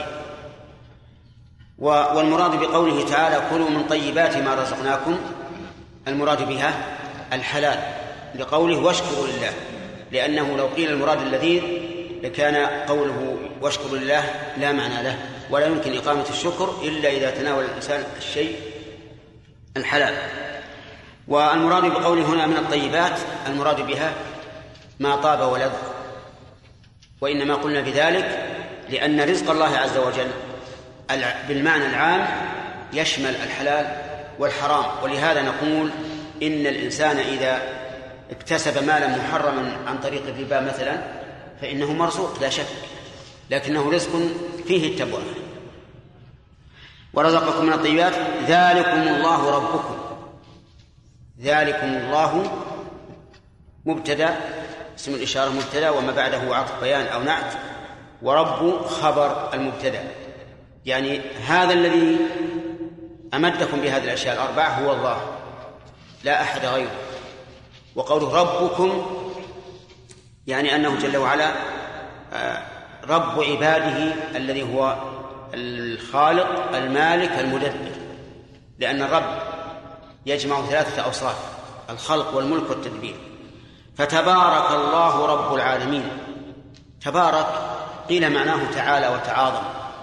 Speaker 1: والمراد بقوله تعالى كلوا من طيبات ما رزقناكم المراد بها الحلال، لقوله واشكروا لله، لأنه لو قيل المراد اللذيذ لكان قوله واشكروا لله لا معنى له، ولا يمكن إقامة الشكر إلا إذا تناول الإنسان الشيء الحلال. والمراد بقوله هنا من الطيبات المراد بها ما طاب ولذ، وإنما قلنا بذلك لأن رزق الله عز وجل بالمعنى العام يشمل الحلال والحرام. ولهذا نقول إن الإنسان إذا اكتسب مالا محرما عن طريق الربا مثلا فإنه مرزوق لا شك، لكنه رزق فيه التبوء. ورزقكم من الطيبات ذلكم الله ربكم. ذلكم الله مبتدأ، اسم الإشارة مبتدأ وما بعده عطف بيان أو نعت، ورب خبر المبتدأ، يعني هذا الذي أمدكم بهذه الأشياء الأربعة هو الله لا أحد غيره. وقوله ربكم يعني أنه جل وعلا رب عباده الذي هو الخالق المالك المدبر، لأن الرب يجمع 3 أوصاف: الخلق والملك والتدبير. فتبارك الله رب العالمين. تبارك قيل معناه تعالى وتعاظم،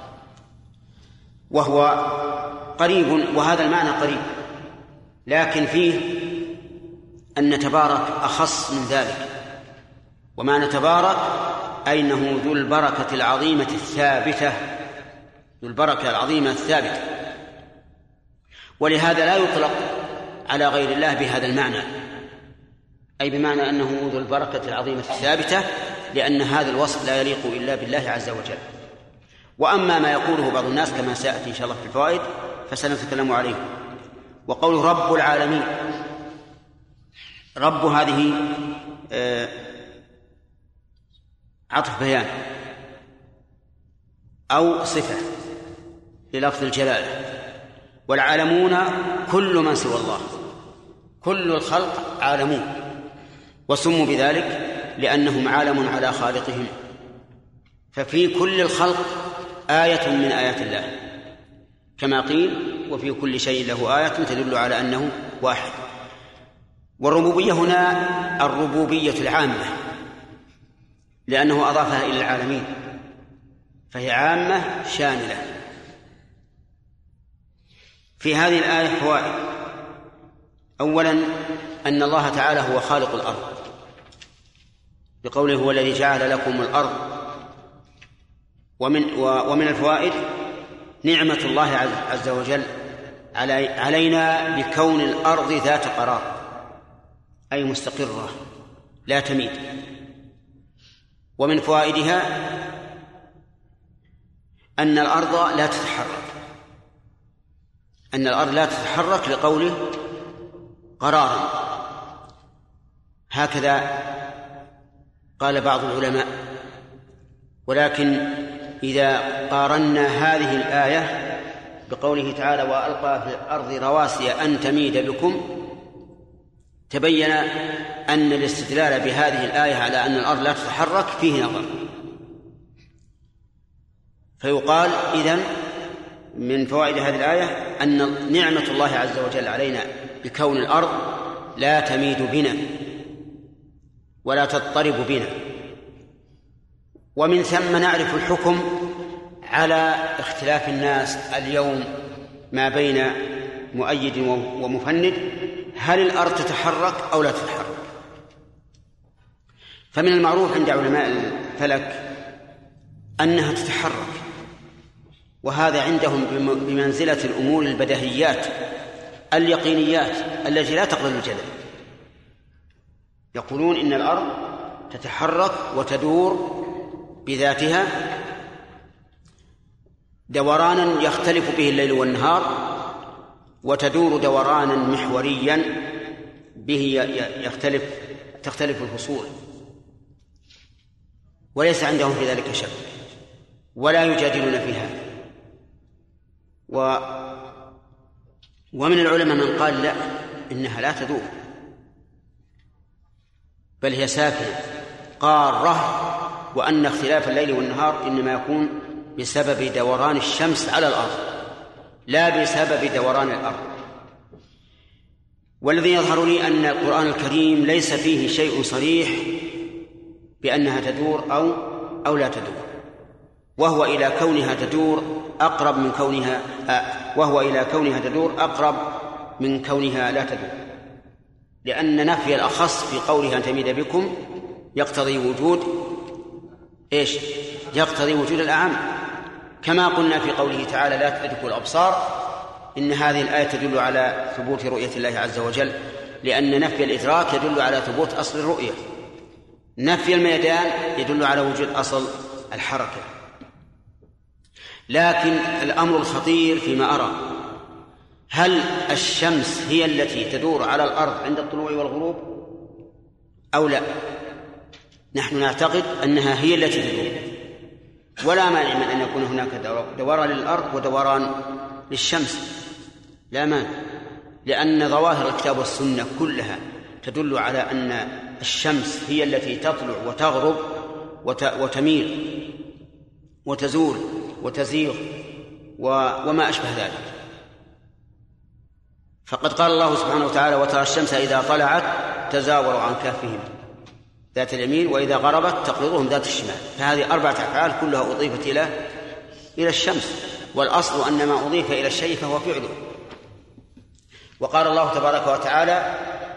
Speaker 1: وهو قريب، وهذا المعنى قريب، لكن فيه أن تبارك أخص من ذلك. ومعنى تبارك أي أنه ذو البركة العظيمة الثابتة، ذو البركة العظيمة الثابتة. ولهذا لا يطلق على غير الله بهذا المعنى، أي بمعنى أنه ذو البركة العظيمة الثابتة، لأن هذا الوصف لا يليق إلا بالله عز وجل. وأما ما يقوله بعض الناس كما سيأتي إن شاء الله في الفوائد فسنتكلم عليه. وقوله رب العالمين، رب هذه عطف بيان أو صفة للفظ الجلالة. والعالمون كل من سوى الله، كل الخلق عالمون، وسموا بذلك لأنهم عالم على خالقهم. ففي كل الخلق آية من آيات الله، كما قيل وفي كل شيء له آية تدل على أنه واحد. والربوبية هنا الربوبية العامة، لأنه أضافها إلى العالمين، فهي عامة شاملة. في هذه الآية فوائد. أولا أن الله تعالى هو خالق الأرض، بقوله هو الذي جعل لكم الأرض. ومن الفوائد نعمة الله عز وجل علينا بكون الأرض ذات قرار، أي مستقرة لا تميد. ومن فوائدها أن الأرض لا تتحرك، أن الأرض لا تتحرك لقوله قرارا، هكذا قال بعض العلماء. ولكن إذا قارنا هذه الآية بقوله تعالى وألقى في الأرض رواسي أن تميد بكم، تبين أن الاستدلال بهذه الآية على أن الأرض لا تتحرك فيه نظر. فيقال إذن من فوائد هذه الآية أن نعمة الله عز وجل علينا بكون الأرض لا تميد بنا ولا تضطرب بنا. ومن ثم نعرف الحكم على اختلاف الناس اليوم ما بين مؤيد ومفند، هل الأرض تتحرك أو لا تتحرك؟ فمن المعروف عند علماء الفلك أنها تتحرك، وهذا عندهم بمنزلة الأمور البديهيات اليقينيات التي لا تقبل الجدل. يقولون إن الأرض تتحرك وتدور بذاتها دورانا يختلف به الليل والنهار، وتدور دورانا محوريا به تختلف الفصول، وليس عندهم في ذلك شك ولا يجادلون فيها. ومن العلماء من قال لا، إنها لا تدور بل هي ساكنة قارة، وأن اختلاف الليل والنهار إنما يكون بسبب دوران الشمس على الأرض لا بسبب دوران الأرض. والذي يظهر لي أن القرآن الكريم ليس فيه شيء صريح بأنها تدور أو لا تدور، وهو إلى كونها تدور أقرب من كونها لا تدور، لأن نفي الأخص في قولها أن تميد بكم يقتضي وجود الأعم، كما قلنا في قوله تعالى لا تدركوا الأبصار، إن هذه الآية تدل على ثبوت رؤية الله عز وجل، لأن نفي الإدراك يدل على ثبوت أصل الرؤية، نفي الميدان يدل على وجود أصل الحركة. لكن الأمر الخطير فيما أرى، هل الشمس هي التي تدور على الأرض عند الطلوع والغروب أو لا؟ نحن نعتقد أنها هي التي تدور، ولا مانع من أن يكون هناك دوران للأرض ودوران للشمس، لا مانع، لأن ظواهر الكتاب والسنة كلها تدل على أن الشمس هي التي تطلع وتغرب وتميل وتزول وتزيغ وما أشبه ذلك. فقد قال الله سبحانه وتعالى وترى الشمس إذا طلعت تزاور عن كهفهم ذات اليمين وإذا غربت تقرضهم ذات الشمال. فهذه 4 أفعال كلها أضيفت إلى الشمس، والأصل أن ما أضيف إلى الشيء فهو فعله. وقال الله تبارك وتعالى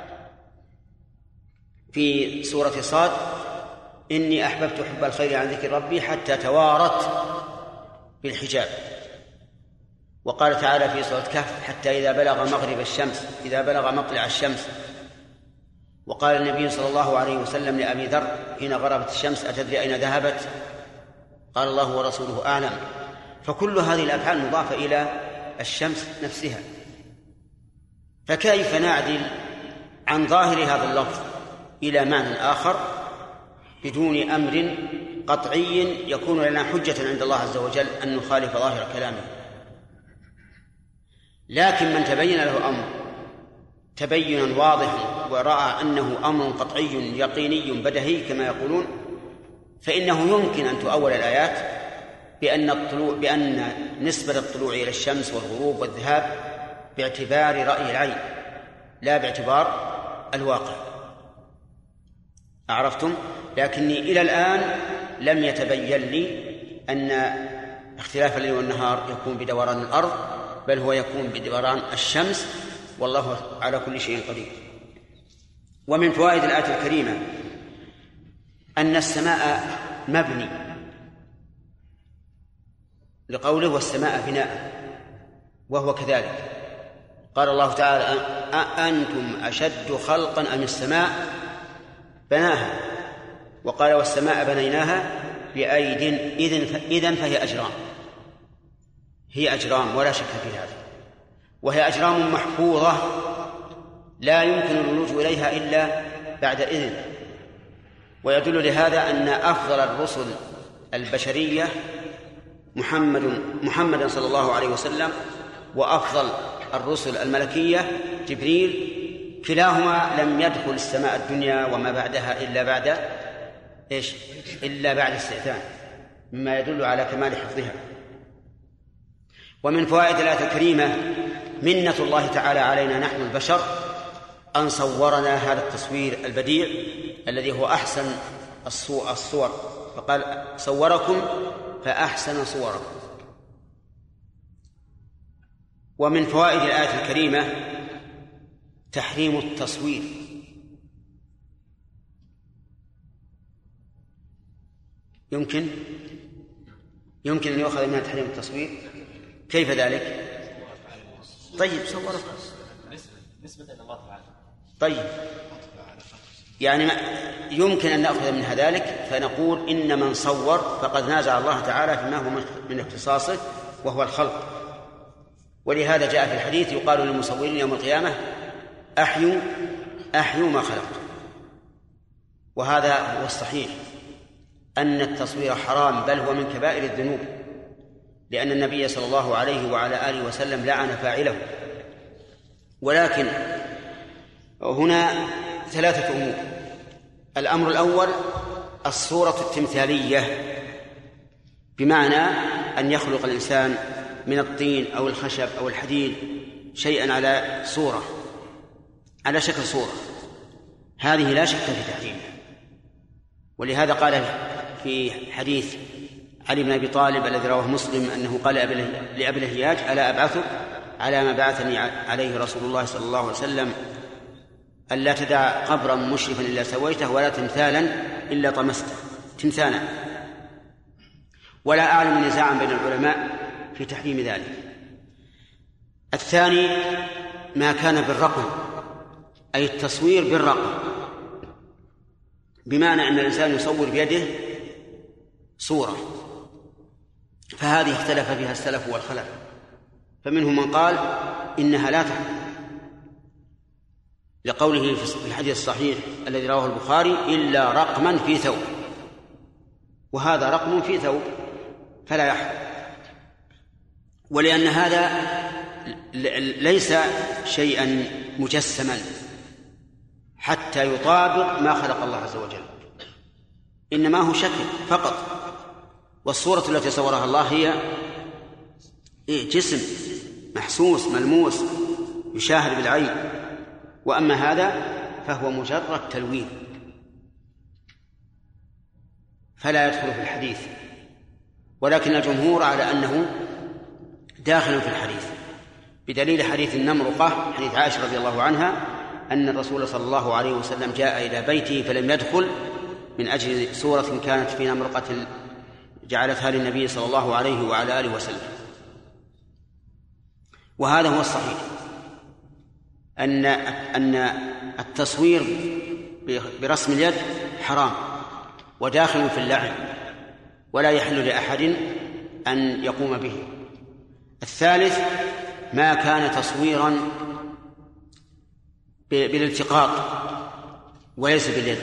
Speaker 1: في سورة صاد إني أحببت حب الخير عن ذكر ربي حتى توارت بالحجاب. وقال تعالى في سورة كهف حتى إذا بلغ مطلع الشمس. وقال النبي صلى الله عليه وسلم لأبي ذر حين غربت الشمس أتدري أين ذهبت؟ قال الله ورسوله أعلم. فكل هذه الأفعال مضافة إلى الشمس نفسها، فكيف نعدل عن ظاهر هذا اللفظ إلى معنى آخر بدون أمر قطعي يكون لنا حجة عند الله عز وجل أن نخالف ظاهر كلامه؟ لكن من تبين له أمر تبينا واضحا ورأى أنه أمر قطعي يقيني بدهي كما يقولون، فإنه يمكن أن تؤول الآيات بأن نسبة الطلوع إلى الشمس والغروب والذهاب باعتبار رأي العين لا باعتبار الواقع. أعرفتم؟ لكني إلى الآن لم يتبين لي أن اختلاف الليل والنهار يكون بدوران الأرض، بل هو يكون بدوران الشمس، والله على كل شيء قدير. ومن فوائد الآية الكريمة أن السماء مبني لقوله والسماء بناء، وهو كذلك. قال الله تعالى أأنتم أشد خلقا أم السماء بناها؟ وقال والسماء بنيناها بأيد إذن فهي أجرام، هي أجرام ولا شك في هذا، وهي أجرام محفوظة لا يمكن اللجوء إليها إلا بعد إذن. ويدل لهذا أن أفضل الرسل البشرية محمد صلى الله عليه وسلم، وأفضل الرسل الملكية جبريل، كلاهما لم يدخل السماء الدنيا وما بعدها إلا بعد استئذان، مما يدل على كمال حفظها. ومن فوائد الآية الكريمة منة الله تعالى علينا نحن البشر أن صورنا هذا التصوير البديع الذي هو أحسن الصور، فقال صوركم فأحسن صوركم. ومن فوائد الآية الكريمة تحريم التصوير. يمكن أن يؤخذ منها تحريم التصوير. كيف ذلك؟ طيب صورك
Speaker 6: نسبة إلى الله تعالى.
Speaker 1: طيب يعني يمكن أن نأخذ منها ذلك فنقول إن من صور فقد نازع الله تعالى فيما هو من اختصاصه وهو الخلق. ولهذا جاء في الحديث يقال للمصورين يوم القيامة أحيوا ما خلقت. وهذا هو الصحيح، أن التصوير حرام، بل هو من كبائر الذنوب، لأن النبي صلى الله عليه وعلى آله وسلم لعن فاعله. ولكن هنا 3 أمور. الأمر الأول الصورة التمثالية، بمعنى أن يخلق الإنسان من الطين أو الخشب أو الحديد شيئا على صورة، على شكل صورة، هذه لا شك في تحريمها. ولهذا قال في حديث علي بن أبي طالب الذي رواه مسلم أنه قال لأبي الهياج: ألا أبعثك على ما بعثني عليه رسول الله صلى الله عليه وسلم، ألا تدع قبرا مشرفا إلا سويته ولا تمثالا إلا طمسته. تمثالا. ولا أعلم نزاعا بين العلماء في تحريم ذلك. الثاني ما كان بالرقم، أي التصوير بالرقم، بمعنى أن الإنسان يصور بيده صورة، فهذه اختلف فيها السلف والخلف، فمنهم من قال إنها لا تحرم، لقوله في الحديث الصحيح الذي رواه البخاري: إلا رقما في ثوب، وهذا رقم في ثوب فلا يحرم. ولأن هذا ليس شيئا مجسما حتى يطابق ما خلق الله عز وجل، إنما هو شكل فقط، والصورة التي صورها الله هي جسم محسوس ملموس يشاهد بالعين، وأما هذا فهو مجرد تلوين فلا يدخل في الحديث. ولكن الجمهور على أنه داخل في الحديث، بدليل حديث النمرقة، حديث عائشة رضي الله عنها، أن الرسول صلى الله عليه وسلم جاء إلى بيته فلم يدخل من أجل صورة كانت في نمرقة جعلتها للنبي صلى الله عليه وعلى آله وسلم. وهذا هو الصحيح، أن التصوير برسم اليد حرام وداخل في اللعن، ولا يحل لأحد أن يقوم به. الثالث ما كان تصويرا بالالتقاط وليس باليد،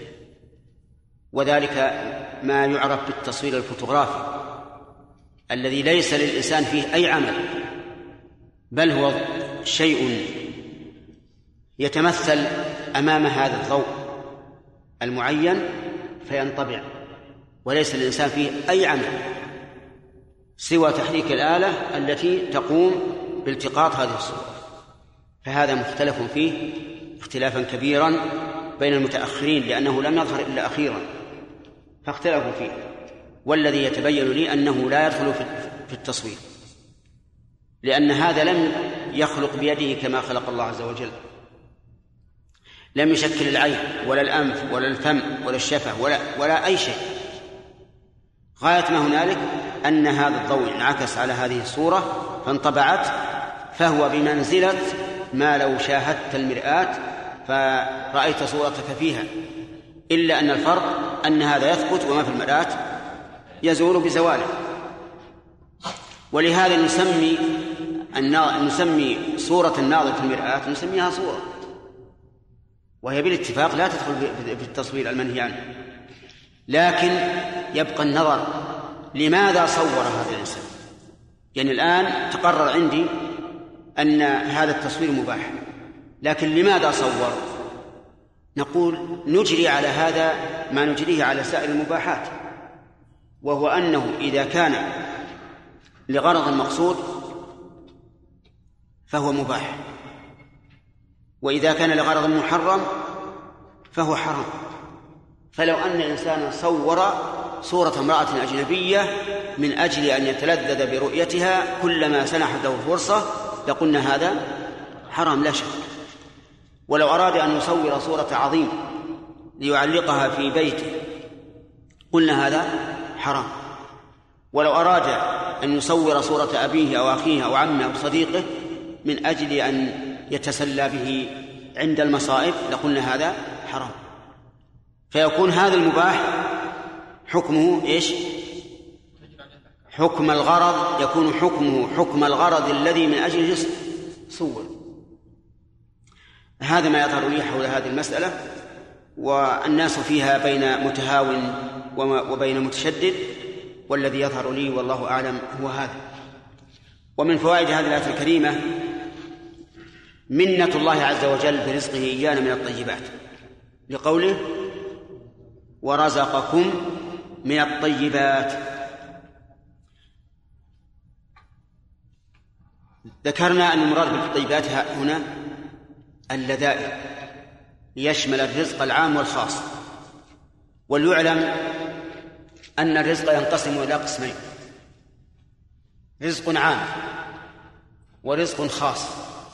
Speaker 1: وذلك ما يعرف بالتصوير الفوتوغرافي الذي ليس للإنسان فيه أي عمل، بل هو شيء يتمثل أمام هذا الضوء المعين فينطبع، وليس للإنسان فيه أي عمل سوى تحريك الآلة التي تقوم بالتقاط هذه الصورة. فهذا مختلف فيه اختلافا كبيرا بين المتأخرين، لأنه لم يظهر إلا أخيرا فاختلفوا فيه. والذي يتبين لي أنه لا يدخل في التصوير، لأن هذا لم يخلق بيده كما خلق الله عز وجل، لم يشكل العين ولا الأنف ولا الفم ولا الشفة ولا أي شيء. غاية ما هنالك أن هذا الضوء انعكس على هذه الصورة فانطبعت، فهو بمنزلة ما لو شاهدت المرآة فرأيت صورتك فيها، إلا أن الفرق أن هذا يثبت وما في المرآة يزول بزواله. ولهذا نسمي صورة الناظر في المرآة نسميها صورة، وهي بالاتفاق لا تدخل في التصوير المنهي عنه. لكن يبقى النظر لماذا صور هذا الإنسان. يعني الآن تقرر عندي أن هذا التصوير مباح، لكن لماذا صور؟ نقول نجري على هذا ما نجريه على سائر المباحات، وهو أنه إذا كان لغرض مقصود فهو مباح، وإذا كان لغرض محرم فهو حرام. فلو أن الإنسان صور صورة امرأة أجنبية من أجل أن يتلذذ برؤيتها كلما سنحت له فرصة لقلنا هذا حرام لا شك. ولو أراد أن يصور صورة عظيم ليعلقها في بيته قلنا هذا حرام. ولو أراد أن يصور صورة أبيه أو أخيه أو عمه أو صديقه من أجل أن يتسلى به عند المصائب لقلنا هذا حرام. فيكون هذا المباح حكمه إيش؟ حكم الغرض، يكون حكمه حكم الغرض الذي من أجله صور. هذا ما يظهر لي حول هذه المسألة، والناس فيها بين متهاون وبين متشدد، والذي يظهر لي والله أعلم هو هذا. ومن فوائد هذه الآية الكريمة منة الله عز وجل برزقه إيانا من الطيبات، لقوله ورزقكم من الطيبات. ذكرنا أن المراد بالطيبات هنا اللذائذ، يشمل الرزق العام والخاص. وليعلم أن الرزق ينقسم إلى قسمين: رزق عام ورزق خاص.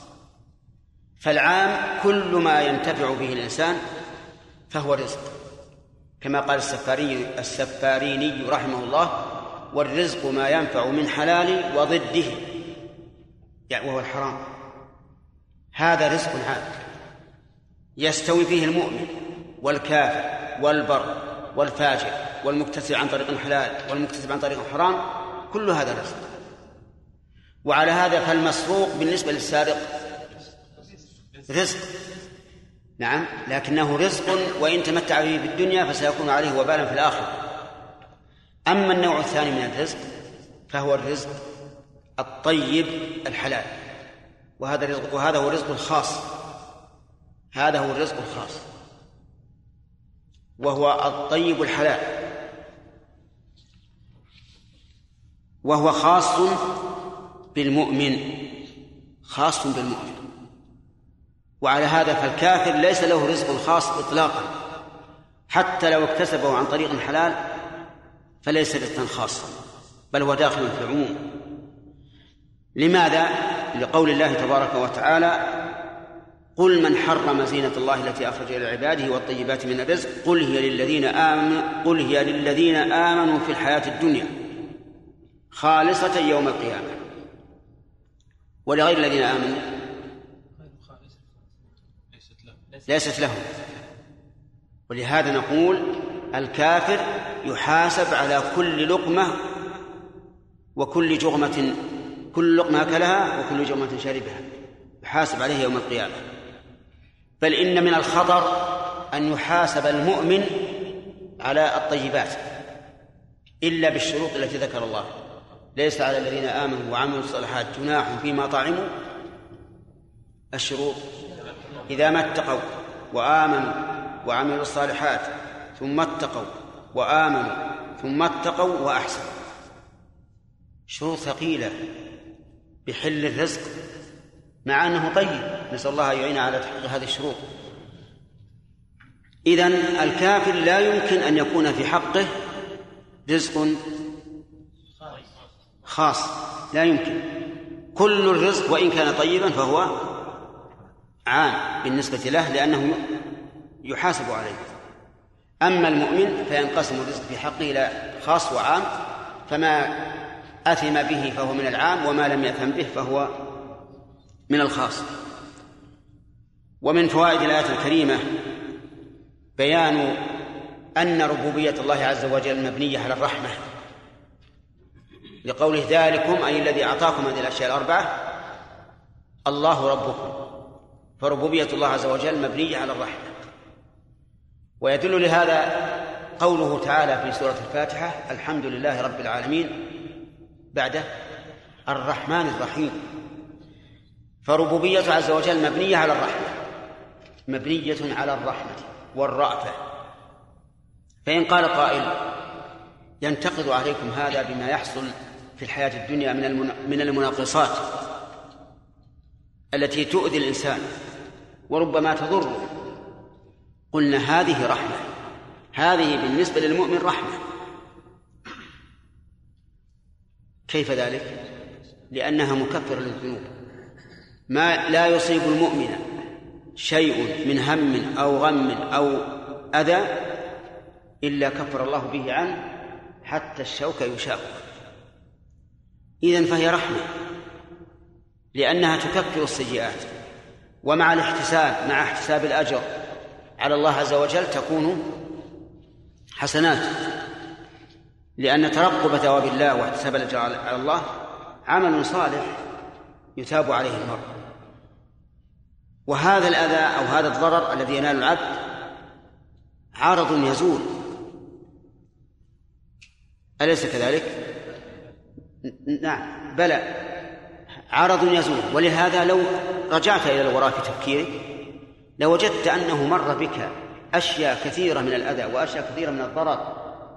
Speaker 1: فالعام كل ما ينتفع به الإنسان فهو رزق، كما قال السفاريني رحمه الله: والرزق ما ينفع من حلال وضده، يعني وهو الحرام. هذا رزق عام يستوي فيه المؤمن والكافر والبر والفاجر والمكتسب عن طريق الحلال والمكتسب عن طريق الحرام، كل هذا رزق. وعلى هذا فالمسروق بالنسبة للسارق رزق، نعم، لكنه رزق وإن تمتع به في الدنيا فسيكون عليه وبالا في الآخرة. أما النوع الثاني من الرزق فهو الرزق الطيب الحلال، وهذا هو الرزق الخاص. هذا هو الرزق الخاص، وهو الطيب الحلال، وهو خاص بالمؤمن، خاص بالمؤمن. وعلى هذا فالكافر ليس له رزق خاص إطلاقا، حتى لو اكتسبه عن طريق حلال فليس رزقا خاصا، بل هو داخل في العموم. لماذا؟ لقول الله تبارك وتعالى: قل من حرم زينة الله التي أخرج إلى عباده والطيبات من الرزق قل هي للذين آمنوا في الحياة الدنيا خالصة يوم القيامة ولغير الذين آمنوا ليست لهم. ولهذا نقول الكافر يحاسب على كل لقمة وكل جغمة، كل لقمة أكلها وكل جغمة شربها يحاسب عليه يوم القيامة. بل إن من الخطر أن يحاسب المؤمن على الطيبات إلا بالشروط التي ذكر الله: ليس على الذين آمنوا وعملوا الصالحات جناح فيما طعموا. الشروط: إذا ما اتقوا وآمنوا وعملوا الصالحات ثم اتقوا وآمنوا ثم اتقوا وأحسنوا. شروط ثقيلة بحل الرزق مع أنه طيب، نسأل الله أن يعين على تحقيق هذه الشروط. إذن الكافر لا يمكن أن يكون في حقه رزق خاص، لا يمكن. كل الرزق وإن كان طيبا فهو عام بالنسبة له لأنه يحاسب عليه. أما المؤمن فينقسم الرزق في حقه إلى خاص وعام، فما أثم به فهو من العام، وما لم يأثم به فهو من الخاص. ومن فوائد الآية الكريمة بيان أن ربوبية الله عز وجل مبنية على الرحمة، لقوله: ذلكم أي الذي أعطاكم هذه الأشياء الأربعة الله ربكم. فربوبية الله عز وجل مبنية على الرحمة. ويدل لهذا قوله تعالى في سورة الفاتحة: الحمد لله رب العالمين، بعده الرحمن الرحيم. فربوبية عز وجل مبنية على الرحمة، مبنية على الرحمة والرأفة. فإن قال قائل: ينتقد عليكم هذا بما يحصل في الحياة الدنيا من المناقصات التي تؤذي الإنسان وربما تضره، قلنا هذه رحمة، هذه بالنسبة للمؤمن رحمة. كيف ذلك؟ لأنها مكفرة للذنوب. ما لا يصيب المؤمن شيء من هم أو غم أو أذى إلا كفر الله به عنه حتى الشوك يشاق. إذن فهي رحمة لأنها تكفر السيئات، ومع الاحتساب، مع احتساب الأجر على الله عز وجل تكون حسنات، لأن ترقب ثواب الله واحتساب الأجر على الله عمل صالح يتاب عليه المرء. وهذا الأذى أو هذا الضرر الذي ينال العبد عارض يزول. أليس كذلك؟ نعم بلى، عرض يزول. ولهذا لو رجعت إلى الوراء في تفكيرك لوجدت أنه مر بك أشياء كثيرة من الأذى وأشياء كثيرة من الضرر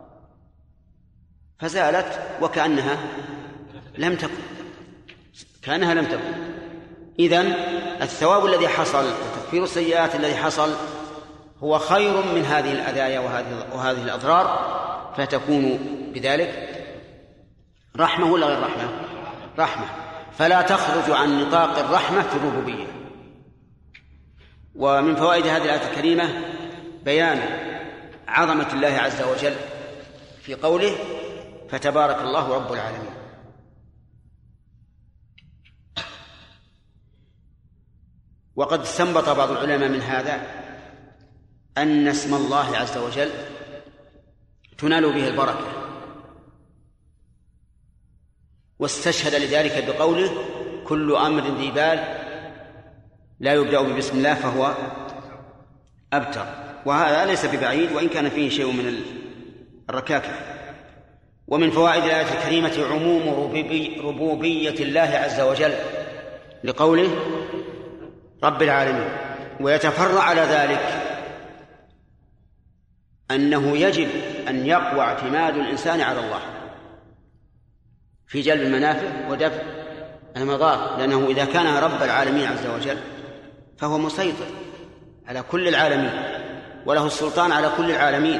Speaker 1: فزالت وكأنها لم تكن، كأنها لم تكن. إذن الثواب الذي حصل وتكفير السيئات الذي حصل هو خير من هذه الأذايا وهذه الأضرار، فتكون بذلك رحمة ولا غير رحمة؟ رحمة، فلا تخرج عن نطاق الرحمة في الربوبية. ومن فوائد هذه الآية الكريمة بيان عظمة الله عز وجل في قوله فتبارك الله رب العالمين. وقد استنبط بعض العلماء من هذا أن اسم الله عز وجل تنال به البركة، واستشهد لذلك بقوله كل أمر ذي بال لا يبدأ ببسم الله فهو أبتر. وهذا ليس ببعيد وإن كان فيه شيء من الركاكة. ومن فوائد الآية الكريمة عموم ربوبية الله عز وجل لقوله رب العالمين. ويتفرع على ذلك أنه يجب أن يقوى اعتماد الإنسان على الله في جلب المنافع ودفع المضار، لأنه إذا كان رب العالمين عز وجل فهو مسيطر على كل العالمين وله السلطان على كل العالمين.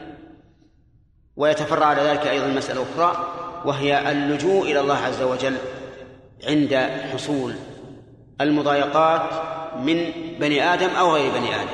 Speaker 1: ويتفرع على ذلك أيضا مسألة أخرى وهي اللجوء إلى الله عز وجل عند حصول المضايقات من بني آدم أو غير بني آدم،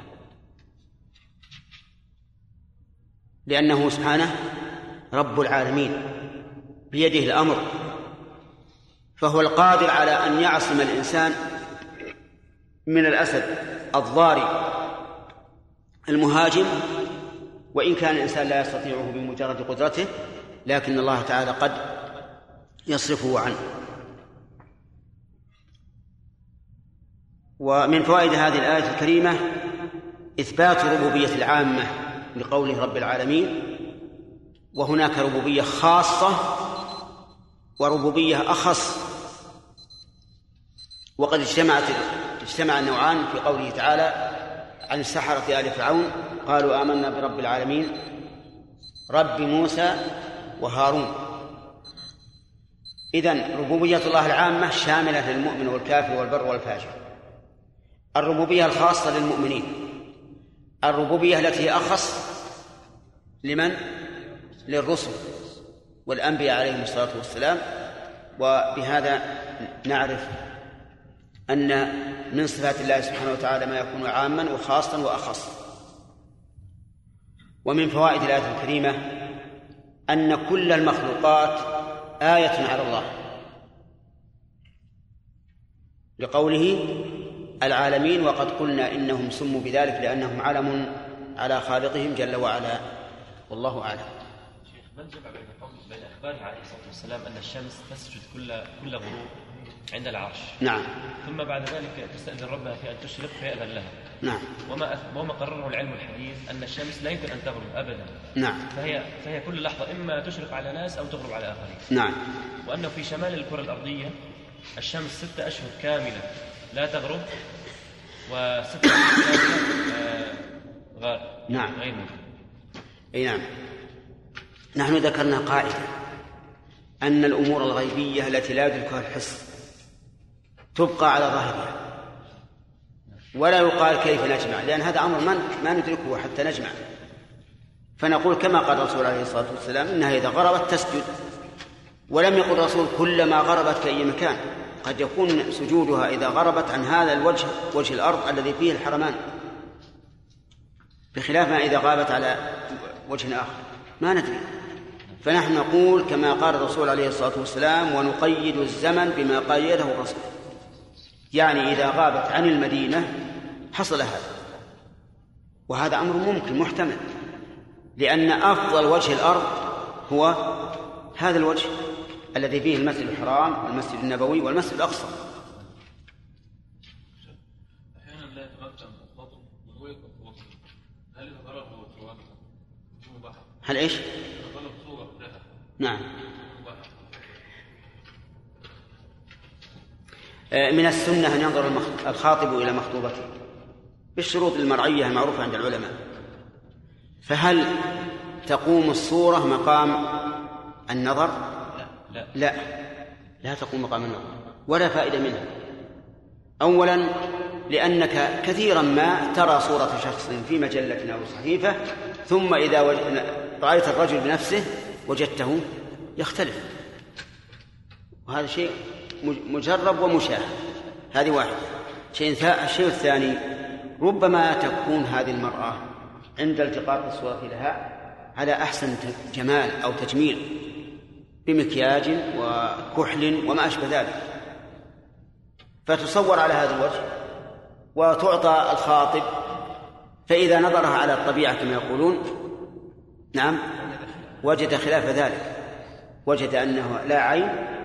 Speaker 1: لأنه سبحانه رب العالمين بيده الأمر، فهو القادر على أن يعصم الإنسان من الأسد الضاري المهاجم، وإن كان الإنسان لا يستطيعه بمجرد قدرته، لكن الله تعالى قد يصرفه عنه. ومن فوائد هذه الآية الكريمة إثبات ربوبية العامة لقوله رب العالمين، وهناك ربوبية خاصة وربوبية أخص. وقد اجتمع النوعان في قوله تعالى عن السحرة آل فرعون قالوا آمنا برب العالمين رب موسى وهارون. إذن ربوبية الله العامة شاملة للمؤمن والكافر والبر والفاجر. الربوبية الخاصة للمؤمنين، الربوبية التي هي أخص لمن؟ للرسل والأنبياء عليهم الصلاة والسلام. وبهذا نعرف أن من صفات الله سبحانه وتعالى ما يكون عاما وخاصا وأخص. ومن فوائد الآية الكريمة أن كل المخلوقات آية على الله لقوله العالمين، وقد قلنا إنهم سموا بذلك لأنهم علم على خالقهم جل وعلا، والله أعلم.
Speaker 6: شيخ، ما الجمع بين أخباره عليه الصلاة والسلام أن الشمس تسجد كل غروب عند العرش؟
Speaker 1: نعم.
Speaker 6: ثم بعد ذلك تستأذن ربها في أن تشرق فيأذن لها.
Speaker 1: نعم.
Speaker 6: وما قرره العلم الحديث أن الشمس لا يمكن أن تغرب أبدا.
Speaker 1: نعم.
Speaker 6: فهي كل لحظة إما تشرق على ناس أو تغرب على آخرين.
Speaker 1: نعم.
Speaker 6: وأنه في شمال الكرة الأرضية الشمس 6 أشهر كاملة لا تغرب، و6 أشهر كاملة
Speaker 1: نعم.
Speaker 6: غير موجود.
Speaker 1: أي نعم. نحن ذكرنا قاعدة أن الأمور الغيبية التي لا يدركها الحس تبقى على ظاهرها، ولا يقال كيف نجمع، لأن هذا أمر ما ندركه حتى نجمع. فنقول كما قال الرسول عليه الصلاة والسلام إنها إذا غربت تسجد، ولم يقل الرسول كلما غربت في أي مكان، قد يكون سجودها إذا غربت عن هذا الوجه، وجه الأرض الذي فيه الحرمان، بخلاف ما إذا غابت على وجه آخر ما ندري. فنحن نقول كما قال الرسول عليه الصلاة والسلام ونقيد الزمن بما قيده الرسول، يعني إذا غابت عن المدينة حصل هذا، وهذا أمر ممكن محتمل، لأن أفضل وجه الأرض هو هذا الوجه الذي فيه المسجد الحرام والمسجد النبوي والمسجد الأقصى.
Speaker 4: أحيانا لا يتمكن الخطب وهو يتوضأ، هل الغرض هو مباح؟
Speaker 1: هل إيش؟
Speaker 4: طلب صورة لها
Speaker 1: نعم. من السنة أن ينظر الخاطب إلى مخطوبته بالشروط المرعية المعروفة عند العلماء. فهل تقوم الصورة مقام النظر؟ لا تقوم مقام النظر ولا فائدة منها. أولا لأنك كثيرا ما ترى صورة شخص في مجلة أو صحيفة، ثم إذا رأيت الرجل بنفسه وجدته يختلف، وهذا شيء مجرب ومشاهد. هذه واحد. الشيء الثاني ربما تكون هذه المرأة عند التقاط الصورة لها على أحسن جمال أو تجميل بمكياج وكحل وما أشبه ذلك، فتصور على هذا الوجه وتعطى الخاطب، فإذا نظرها على الطبيعة كما يقولون نعم وجد خلاف ذلك، وجد أنه لا عين